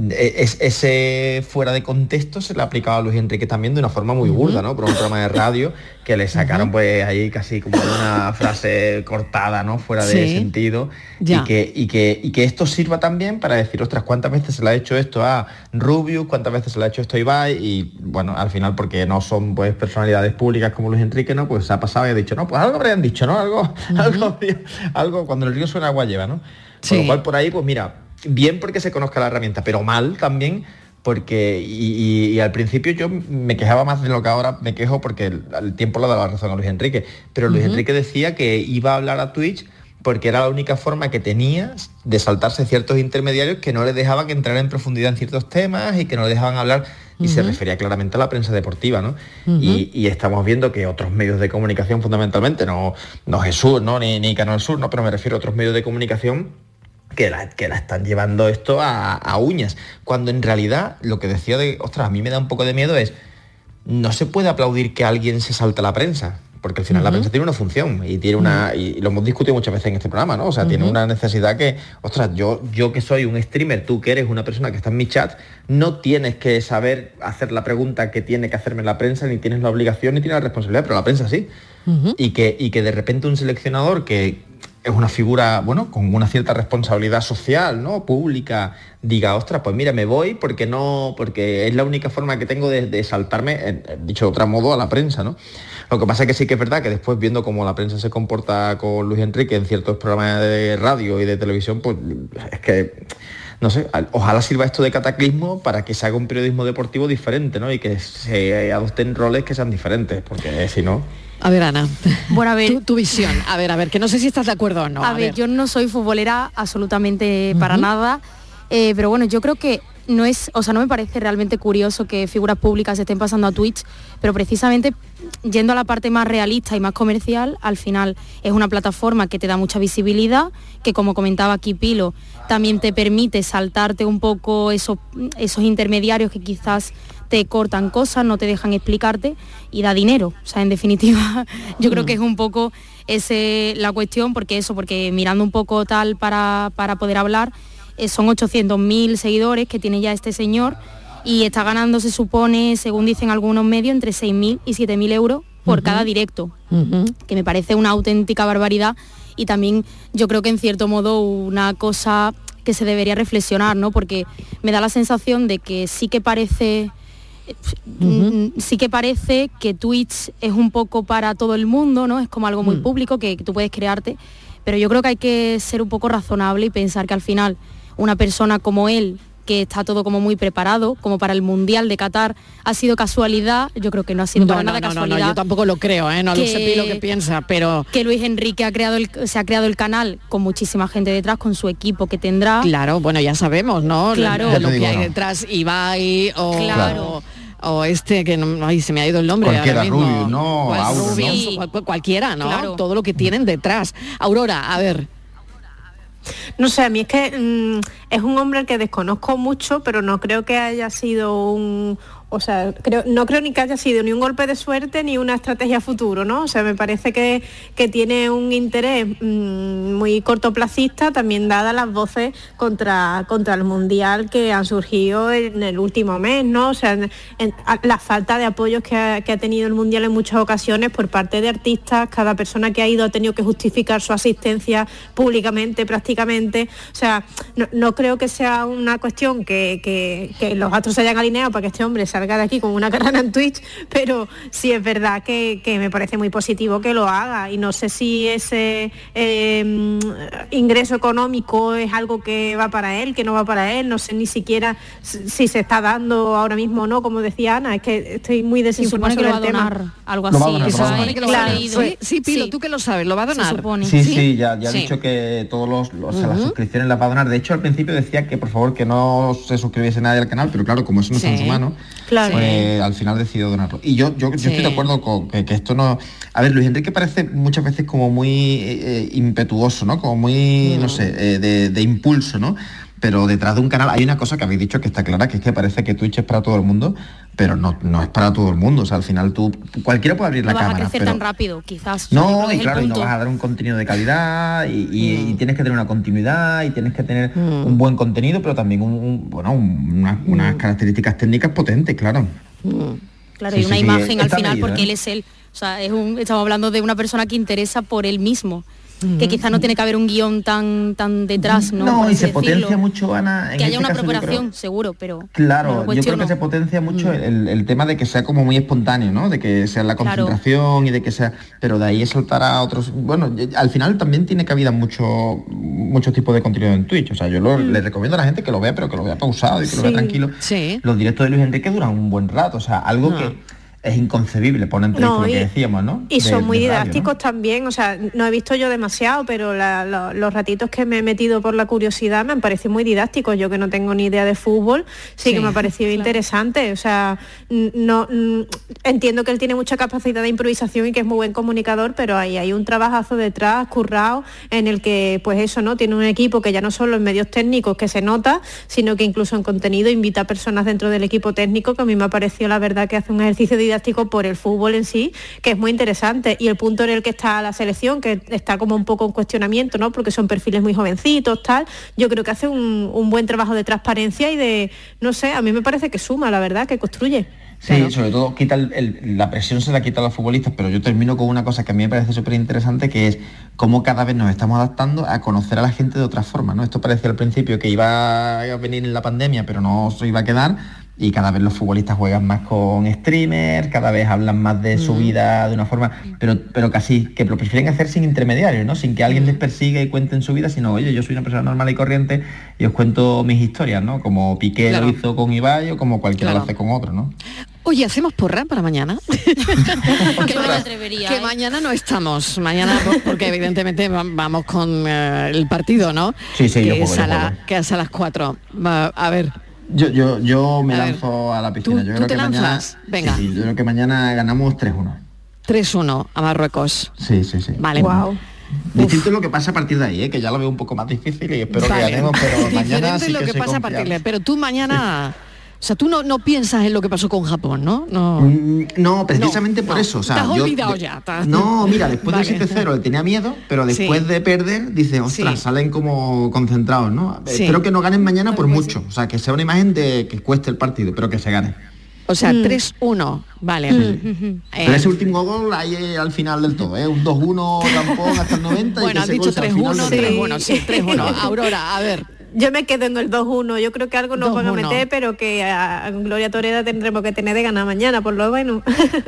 es, ese fuera de contexto se le ha aplicado a Luis Enrique también de una forma muy burda, ¿no? Por un programa de radio que le sacaron pues ahí casi como una frase cortada, ¿no? Fuera de Sí. sentido. Ya. Y que, y, que, y que esto sirva también para decir, ostras, ¿cuántas veces se le ha hecho esto a Rubius? ¿Cuántas veces se le ha hecho esto a Ibai? Y bueno, al final, porque no son pues personalidades públicas como Luis Enrique, ¿no? Pues se ha pasado y ha dicho, no, pues algo habrían dicho, ¿no? Algo, uh-huh. algo, algo, cuando el río suena agua lleva, ¿no? Sí. Con lo cual por ahí, pues mira, bien porque se conozca la herramienta, pero mal también porque y, y, y al principio yo me quejaba más de lo que ahora me quejo porque el, el tiempo le ha dado la razón a Luis Enrique, pero Luis uh-huh. Enrique decía que iba a hablar a Twitch porque era la única forma que tenía de saltarse ciertos intermediarios que no le dejaban entrar en profundidad en ciertos temas y que no le dejaban hablar, y uh-huh. se refería claramente a la prensa deportiva, ¿no? Uh-huh. Y, y estamos viendo que otros medios de comunicación fundamentalmente, no, no Jesús, ¿no? Ni, ni Canal Sur, ¿no? Pero me refiero a otros medios de comunicación que la, que la están llevando esto a, a uñas, cuando en realidad lo que decía de, ostras, a mí me da un poco de miedo es, no se puede aplaudir que alguien se salte a la prensa, porque al final uh-huh. la prensa tiene una función y tiene una, uh-huh. y lo hemos discutido muchas veces en este programa, ¿no? O sea, uh-huh. tiene una necesidad que, ostras, yo, yo que soy un streamer, tú que eres una persona que está en mi chat, no tienes que saber hacer la pregunta que tiene que hacerme la prensa, ni tienes la obligación, ni tienes la responsabilidad, pero la prensa sí. Uh-huh. Y que, y que de repente un seleccionador que es una figura, bueno, con una cierta responsabilidad social, ¿no? Pública, diga, ostras, pues mira, me voy porque no, porque es la única forma que tengo de, de saltarme, eh, dicho de otro modo, a la prensa, ¿no? Lo que pasa es que sí que es verdad que después, viendo cómo la prensa se comporta con Luis Enrique en ciertos programas de radio y de televisión, pues es que, no sé, ojalá sirva esto de cataclismo para que se haga un periodismo deportivo diferente, ¿no? Y que se adopten roles que sean diferentes, porque si no... A ver, Ana, bueno, a ver, tu, tu visión. A ver, a ver, que no sé si estás de acuerdo o no. A, a ver, ver, yo no soy futbolera absolutamente uh-huh. para nada, eh, pero bueno, yo creo que no es, o sea, no me parece realmente curioso que figuras públicas se estén pasando a Twitch, pero precisamente yendo a la parte más realista y más comercial, al final es una plataforma que te da mucha visibilidad, que como comentaba aquí Pilo, también te permite saltarte un poco esos, esos intermediarios que quizás te cortan cosas, no te dejan explicarte, y da dinero. O sea, en definitiva, yo mm. creo que es un poco ese la cuestión, porque eso, porque mirando un poco tal para, para poder hablar, eh, son ochocientos mil seguidores que tiene ya este señor, y está ganando, se supone, según dicen algunos medios, entre seis mil y siete mil euros por uh-huh. cada directo, uh-huh. que me parece una auténtica barbaridad, y también yo creo que en cierto modo una cosa que se debería reflexionar, ¿no? Porque me da la sensación de que sí que parece... Uh-huh. sí que parece que Twitch es un poco para todo el mundo, ¿no? Es como algo muy uh-huh. público que, que tú puedes crearte, pero yo creo que hay que ser un poco razonable y pensar que al final una persona como él, que está todo como muy preparado, como para el Mundial de Qatar. ¿Ha sido casualidad? Yo creo que no ha sido no, para no, nada no, casualidad. No, no, yo tampoco lo creo, ¿eh? No que, lo sé lo que piensa, pero... Que Luis Enrique ha creado el, se ha creado el canal con muchísima gente detrás, con su equipo que tendrá. Claro, bueno, ya sabemos, ¿no? Claro. Lo, lo que hay detrás, Ibai o... Claro. O, o este que no, ay, se me ha ido el nombre cualquiera, ahora mismo. Rubio, no, Cual, Auro, Rubio, ¿no? cual, cualquiera, ¿no? Claro. Todo lo que tienen detrás. Aurora, a ver. No sé, a mí es que mmm, es un hombre al que desconozco mucho, pero no creo que haya sido un... O sea, creo, no creo ni que haya sido ni un golpe de suerte ni una estrategia futuro, ¿no? O sea, me parece que, que tiene un interés mmm, muy cortoplacista, también dadas las voces contra, contra el Mundial que han surgido en el último mes, ¿no? O sea, en, en, la falta de apoyos que ha, que ha tenido el Mundial en muchas ocasiones por parte de artistas, cada persona que ha ido ha tenido que justificar su asistencia públicamente, prácticamente. O sea, no, no creo que sea una cuestión que, que, que los astros se hayan alineado para que este hombre se salga de aquí con una carrera en Twitch, pero sí es verdad que, que me parece muy positivo que lo haga, y no sé si ese eh, ingreso económico es algo que va para él, que no va para él, no sé ni siquiera si se está dando ahora mismo o no, como decía Ana, es que estoy muy desinformada sobre el tema. Donar, algo así. Donar, se supone que lo va a donar. Claro. Sí, sí, Pilo, sí. Tú que lo sabes, ¿lo va a donar? Se supone. Sí, sí, sí, ya, ya sí. he dicho que todos los, los uh-huh. o sea, las suscripciones las va a donar. De hecho, al principio decía que por favor que no se suscribiese nadie al canal, pero claro, como eso no está en su mano, claro. pues al final decidió donarlo. Y yo, yo, yo sí. estoy de acuerdo con que, que esto no... A ver, Luis Enrique parece muchas veces como muy eh, impetuoso, ¿no? Como muy, uh-huh. no sé, eh, de, de impulso, ¿no? Pero detrás de un canal hay una cosa que habéis dicho que está clara, que es que parece que Twitch es para todo el mundo, pero no, no es para todo el mundo. O sea, al final tú, cualquiera puede abrir no la vas cámara. a crecer pero... tan rápido, quizás. No, o sea, y claro, y no vas a dar un contenido de calidad y, y, mm. y tienes que tener una continuidad y tienes que tener mm. un buen contenido, pero también un, un, bueno, una, mm. unas características técnicas potentes, claro. Mm. Claro, sí, y una sí, imagen sí, al final, medida, porque ¿eh? él es él. O sea, es un, estamos hablando de una persona que interesa por él mismo. Uh-huh. Que quizás no tiene que haber un guión tan tan detrás, ¿no? No, y se decirlo. potencia mucho, Ana. En que haya este una caso, preparación, creo, seguro, pero... Claro, no yo creo que se potencia mucho uh-huh. el, el tema de que sea como muy espontáneo, ¿no? De que sea la concentración claro. y de que sea... Pero de ahí saltar a otros... Bueno, al final también tiene cabida mucho muchos tipos de contenido en Twitch. O sea, yo lo, uh-huh. le recomiendo a la gente que lo vea, pero que lo vea pausado y que sí. lo vea tranquilo. Sí. Los directos de Luis Enrique duran un buen rato. O sea, algo uh-huh. que... es inconcebible poner en Twitch no, lo que decíamos, ¿no? Y son de, muy de didácticos radio, ¿no? también, o sea, no he visto yo demasiado, pero la, la, los ratitos que me he metido por la curiosidad me han parecido muy didácticos. Yo que no tengo ni idea de fútbol, sí, sí que me ha parecido claro. interesante. O sea, no entiendo que él tiene mucha capacidad de improvisación y que es muy buen comunicador, pero ahí hay un trabajazo detrás, currado, en el que, pues eso, ¿no? Tiene un equipo que ya no solo en medios técnicos que se nota, sino que incluso en contenido invita a personas dentro del equipo técnico, que a mí me ha parecido la verdad que hace un ejercicio didáctico por el fútbol en sí, que es muy interesante, y el punto en el que está la selección, que está como un poco en cuestionamiento, ¿no? Porque son perfiles muy jovencitos, tal, yo creo que hace un, un buen trabajo de transparencia y de, no sé, a mí me parece que suma, la verdad, que construye. Sí, claro. sobre todo quita el, el, la presión se la quita a los futbolistas, pero yo termino con una cosa que a mí me parece súper interesante, que es cómo cada vez nos estamos adaptando a conocer a la gente de otra forma, ¿no? Esto parecía al principio que iba a venir en la pandemia, pero no se iba a quedar. Y cada vez los futbolistas juegan más con streamers, cada vez hablan más de su vida de una forma, pero, pero casi que lo prefieren hacer sin intermediarios, ¿no? Sin que alguien les persiga y cuenten su vida, sino, oye, yo soy una persona normal y corriente y os cuento mis historias, ¿no? Como Piqué claro. lo hizo con Ibai o como cualquiera claro. lo hace con otro, ¿no? Oye, ¿hacemos porra para mañana? que, no me atrevería, que ¿eh? mañana no estamos, mañana porque evidentemente vamos con uh, el partido, ¿no? Sí, sí, que, yo es puedo, a yo la, puedo. que es a las cuatro. Va, a ver. Yo, yo, yo me a lanzo ver, a la piscina. ¿Tú, yo ¿tú creo te que lanzas? Mañana, Venga. Sí, sí, yo creo que mañana ganamos tres uno. tres uno a Marruecos. Sí, sí, sí. Vale. Wow. Distinto es lo que pasa a partir de ahí, ¿eh? Que ya lo veo un poco más difícil y espero vale. que ganemos, pero mañana sí lo que, que soy pasa confiable. a partir de, pero tú mañana... O sea, tú no, no piensas en lo que pasó con Japón, ¿no? No, mm, no precisamente no, por no. eso. O sea, ¿Te has yo, olvidado de, ya? ¿Te... No, mira, después vale. del siete cero le tenía miedo, pero después sí. de perder, dice, ostras, sí. salen como concentrados, ¿no? Sí. Espero que no ganen mañana por mucho. O sea, que sea una imagen de que cueste el partido, pero que se gane. O sea, mm. tres uno, vale. Sí. Pero ese último gol ahí es al final del todo, ¿eh? Un dos uno tampón hasta el noventa. Bueno, y que has dicho tres uno, tres uno, sí, tres uno. Sí. Aurora, a ver. Yo me quedo en el dos uno, yo creo que algo nos van a meter, pero que a Gloria Toreda tendremos que tener de ganar mañana, por lo menos.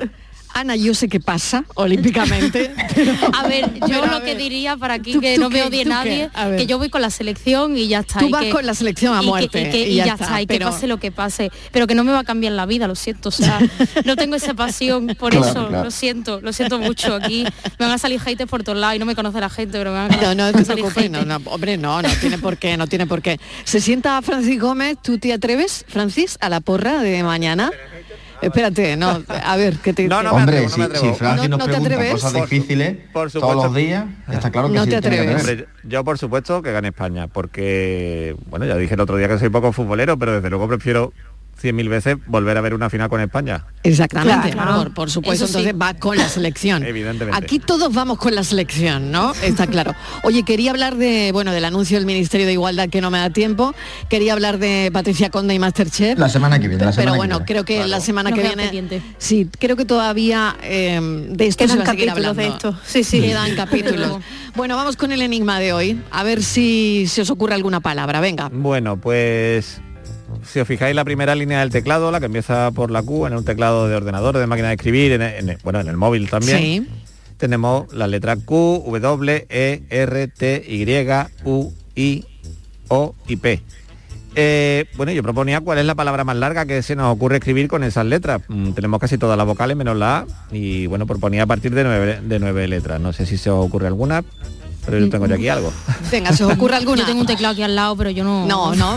Ana, yo sé que pasa olímpicamente. Pero, a ver, yo pero, lo a que ver, diría para aquí, ¿tú- que tú no me qué? odie ¿Tú nadie, qué? A ver. que yo voy con la selección y ya está. Tú y vas que- con la selección a y que- muerte, Y, que, y y ya ya está, está, y pero- que pase lo que pase. Pero que no me va a cambiar la vida, lo siento. O sea, no tengo esa pasión por Claro, eso, claro. lo siento, lo siento mucho. Aquí me van a salir haters por todos lados y no me conoce la gente, pero me van a, No, no me te van a salir preocupes, no, haters. no, hombre, no, no tiene por qué, no tiene por qué. Se sienta Francis Gómez, ¿tú te atreves, Francis, a la porra de mañana? Espérate, no, a ver, ¿qué te No, no, dice? Hombre, si, si Francis No- nos no te pregunta atreves. cosas difíciles Por todos los días, está claro que No sí. te tiene que atreves. atrever. Hombre, yo por supuesto que gane España, porque, bueno, ya dije el otro día que soy poco futbolero, pero desde luego prefiero cien mil veces volver a ver una final con España. Exactamente, Claro. por, por supuesto, Eso sí. entonces va con la selección. Evidentemente. Aquí todos vamos con la selección, ¿no? Está claro. Oye, quería hablar de, bueno, del anuncio del Ministerio de Igualdad, que no me da tiempo. Quería hablar de Patricia Conde y Masterchef. La semana que viene, la semana Pero que bueno, viene. creo que la semana Nos que queda viene. pendiente. Sí, creo que todavía eh, de esto Quedan se va a seguir capítulos de hablando. esto. Sí, sí. Quedan capítulos. Bueno, vamos con el enigma de hoy. A ver si se os ocurre alguna palabra. Venga. Bueno, pues si os fijáis la primera línea del teclado, la que empieza por la Q, en un teclado de ordenador, de máquina de escribir, en, en- bueno, en el móvil también, Sí. tenemos las letras Q, W, E, R, T, Y, U, I, O y P. Eh, bueno, yo proponía cuál es la palabra más larga que se nos ocurre escribir con esas letras. Mm, tenemos casi todas las vocales menos la A, y bueno, proponía a partir de nueve, de nueve letras. No sé si se os ocurre alguna, pero yo tengo yo aquí algo. Venga, ¿se os ocurre alguna? Yo tengo un teclado aquí al lado, pero yo no... No, no.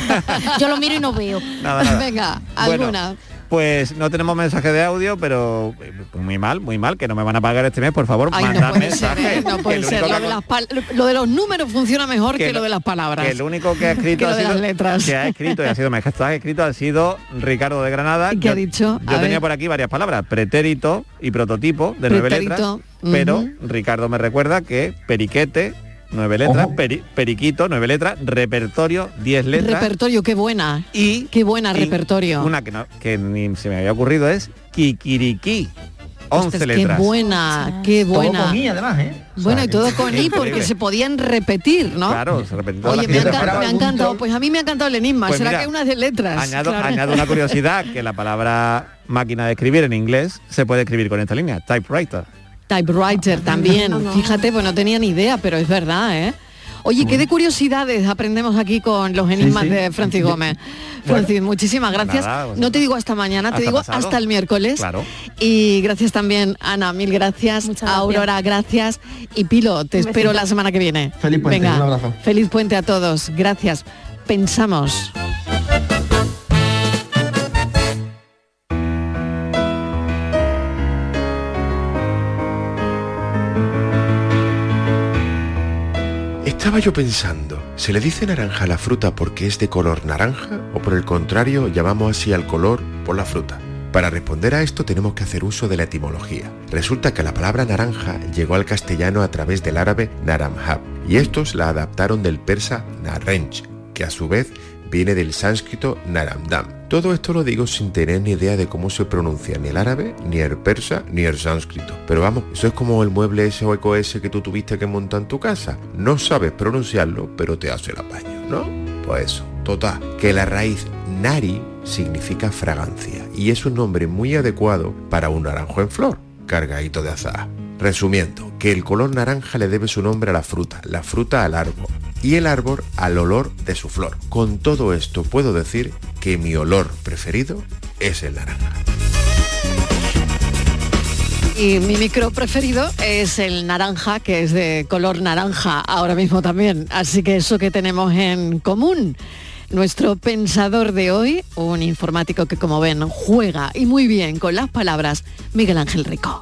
Yo lo miro y no veo. Nada, nada. Venga, Bueno, alguna. Pues no tenemos mensaje de audio, pero eh, muy mal, muy mal, que no me van a pagar este mes, por favor, Ay, no mandad puede ser, mensajes. ¿eh? No Que puede el ser. único Lo que de, ha- las pal- lo de los números funciona mejor que, Que lo lo- de las palabras. que el único que ha escrito Que lo ha de sido, las letras. que ha escrito y ha sido mensaje escrito ha sido Ricardo de Granada. ¿Y qué Yo- ha dicho? A Yo tenía ver. por aquí varias palabras, pretérito y prototipo de nueve Pretérito, letras, pero ujú. Ricardo me recuerda que periquete, nueve letras, Ojo. peri- periquito, nueve letras, repertorio, diez letras. Repertorio, qué buena. Y Qué buena y repertorio. Una que, no- que ni se me había ocurrido es kikiriki. once Ostras, letras. Qué buena, qué Todo buena. con I, además, ¿eh? Bueno, y todo con I increíble. porque se podían repetir, ¿no? Claro, se repetía todas Oye, las me ha, letras. encan- me ha encantado. Pues a mí me ha encantado el enigma. Pues ¿Será mira, que hay unas de letras? Añado, Claro. añado una curiosidad, que la palabra máquina de escribir en inglés se puede escribir con esta línea, typewriter. Typewriter también. No, no. Fíjate, pues no tenía ni idea, pero es verdad, ¿eh? Oye, ¿qué de curiosidades aprendemos aquí con los enigmas sí. de Francis Gómez? Francis, muchísimas gracias. Nada, vosotros. No te digo hasta mañana, te Hasta digo pasado. hasta el miércoles. Claro. Y gracias también, Ana, mil gracias. Muchas gracias. Aurora, gracias. Y Pilo, te Un espero besito. la semana que viene. Feliz puente, Venga, un abrazo. feliz puente a todos. Gracias. Pensamos. Estaba yo pensando, ¿se le dice naranja a la fruta porque es de color naranja o por el contrario llamamos así al color por la fruta? Para responder a esto tenemos que hacer uso de la etimología. Resulta que la palabra naranja llegó al castellano a través del árabe naramhab y estos la adaptaron del persa narenj, que a su vez viene del sánscrito naramdam. Todo esto lo digo sin tener ni idea de cómo se pronuncia ni el árabe, ni el persa, ni el sánscrito. Pero vamos, eso es como el mueble ese o eco ese que tú tuviste que montar en tu casa. No sabes pronunciarlo, pero te hace el apaño, ¿no? Pues eso, total, que la raíz nari significa fragancia y es un nombre muy adecuado para un naranjo en flor, cargadito de azahar. Resumiendo, que el color naranja le debe su nombre a la fruta, la fruta al árbol y el árbol al olor de su flor. Con todo esto puedo decir que mi olor preferido es el naranja. Y mi micro preferido es el naranja, que es de color naranja ahora mismo también. Así que eso que tenemos en común. Nuestro pensador de hoy, un informático que, como ven, juega y muy bien con las palabras, Miguel Ángel Rico.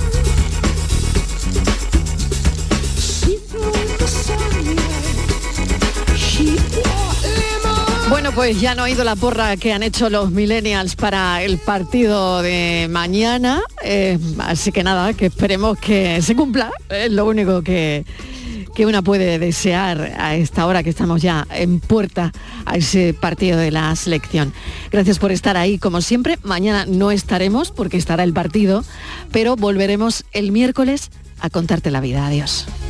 Bueno, pues ya no ha ido la porra que han hecho los millennials para el partido de mañana, eh, así que nada, que esperemos que se cumpla, es lo único que, que una puede desear a esta hora que estamos ya en puerta a ese partido de la selección. Gracias por estar ahí, como siempre. Mañana no estaremos porque estará el partido, pero volveremos el miércoles a contarte la vida. Adiós.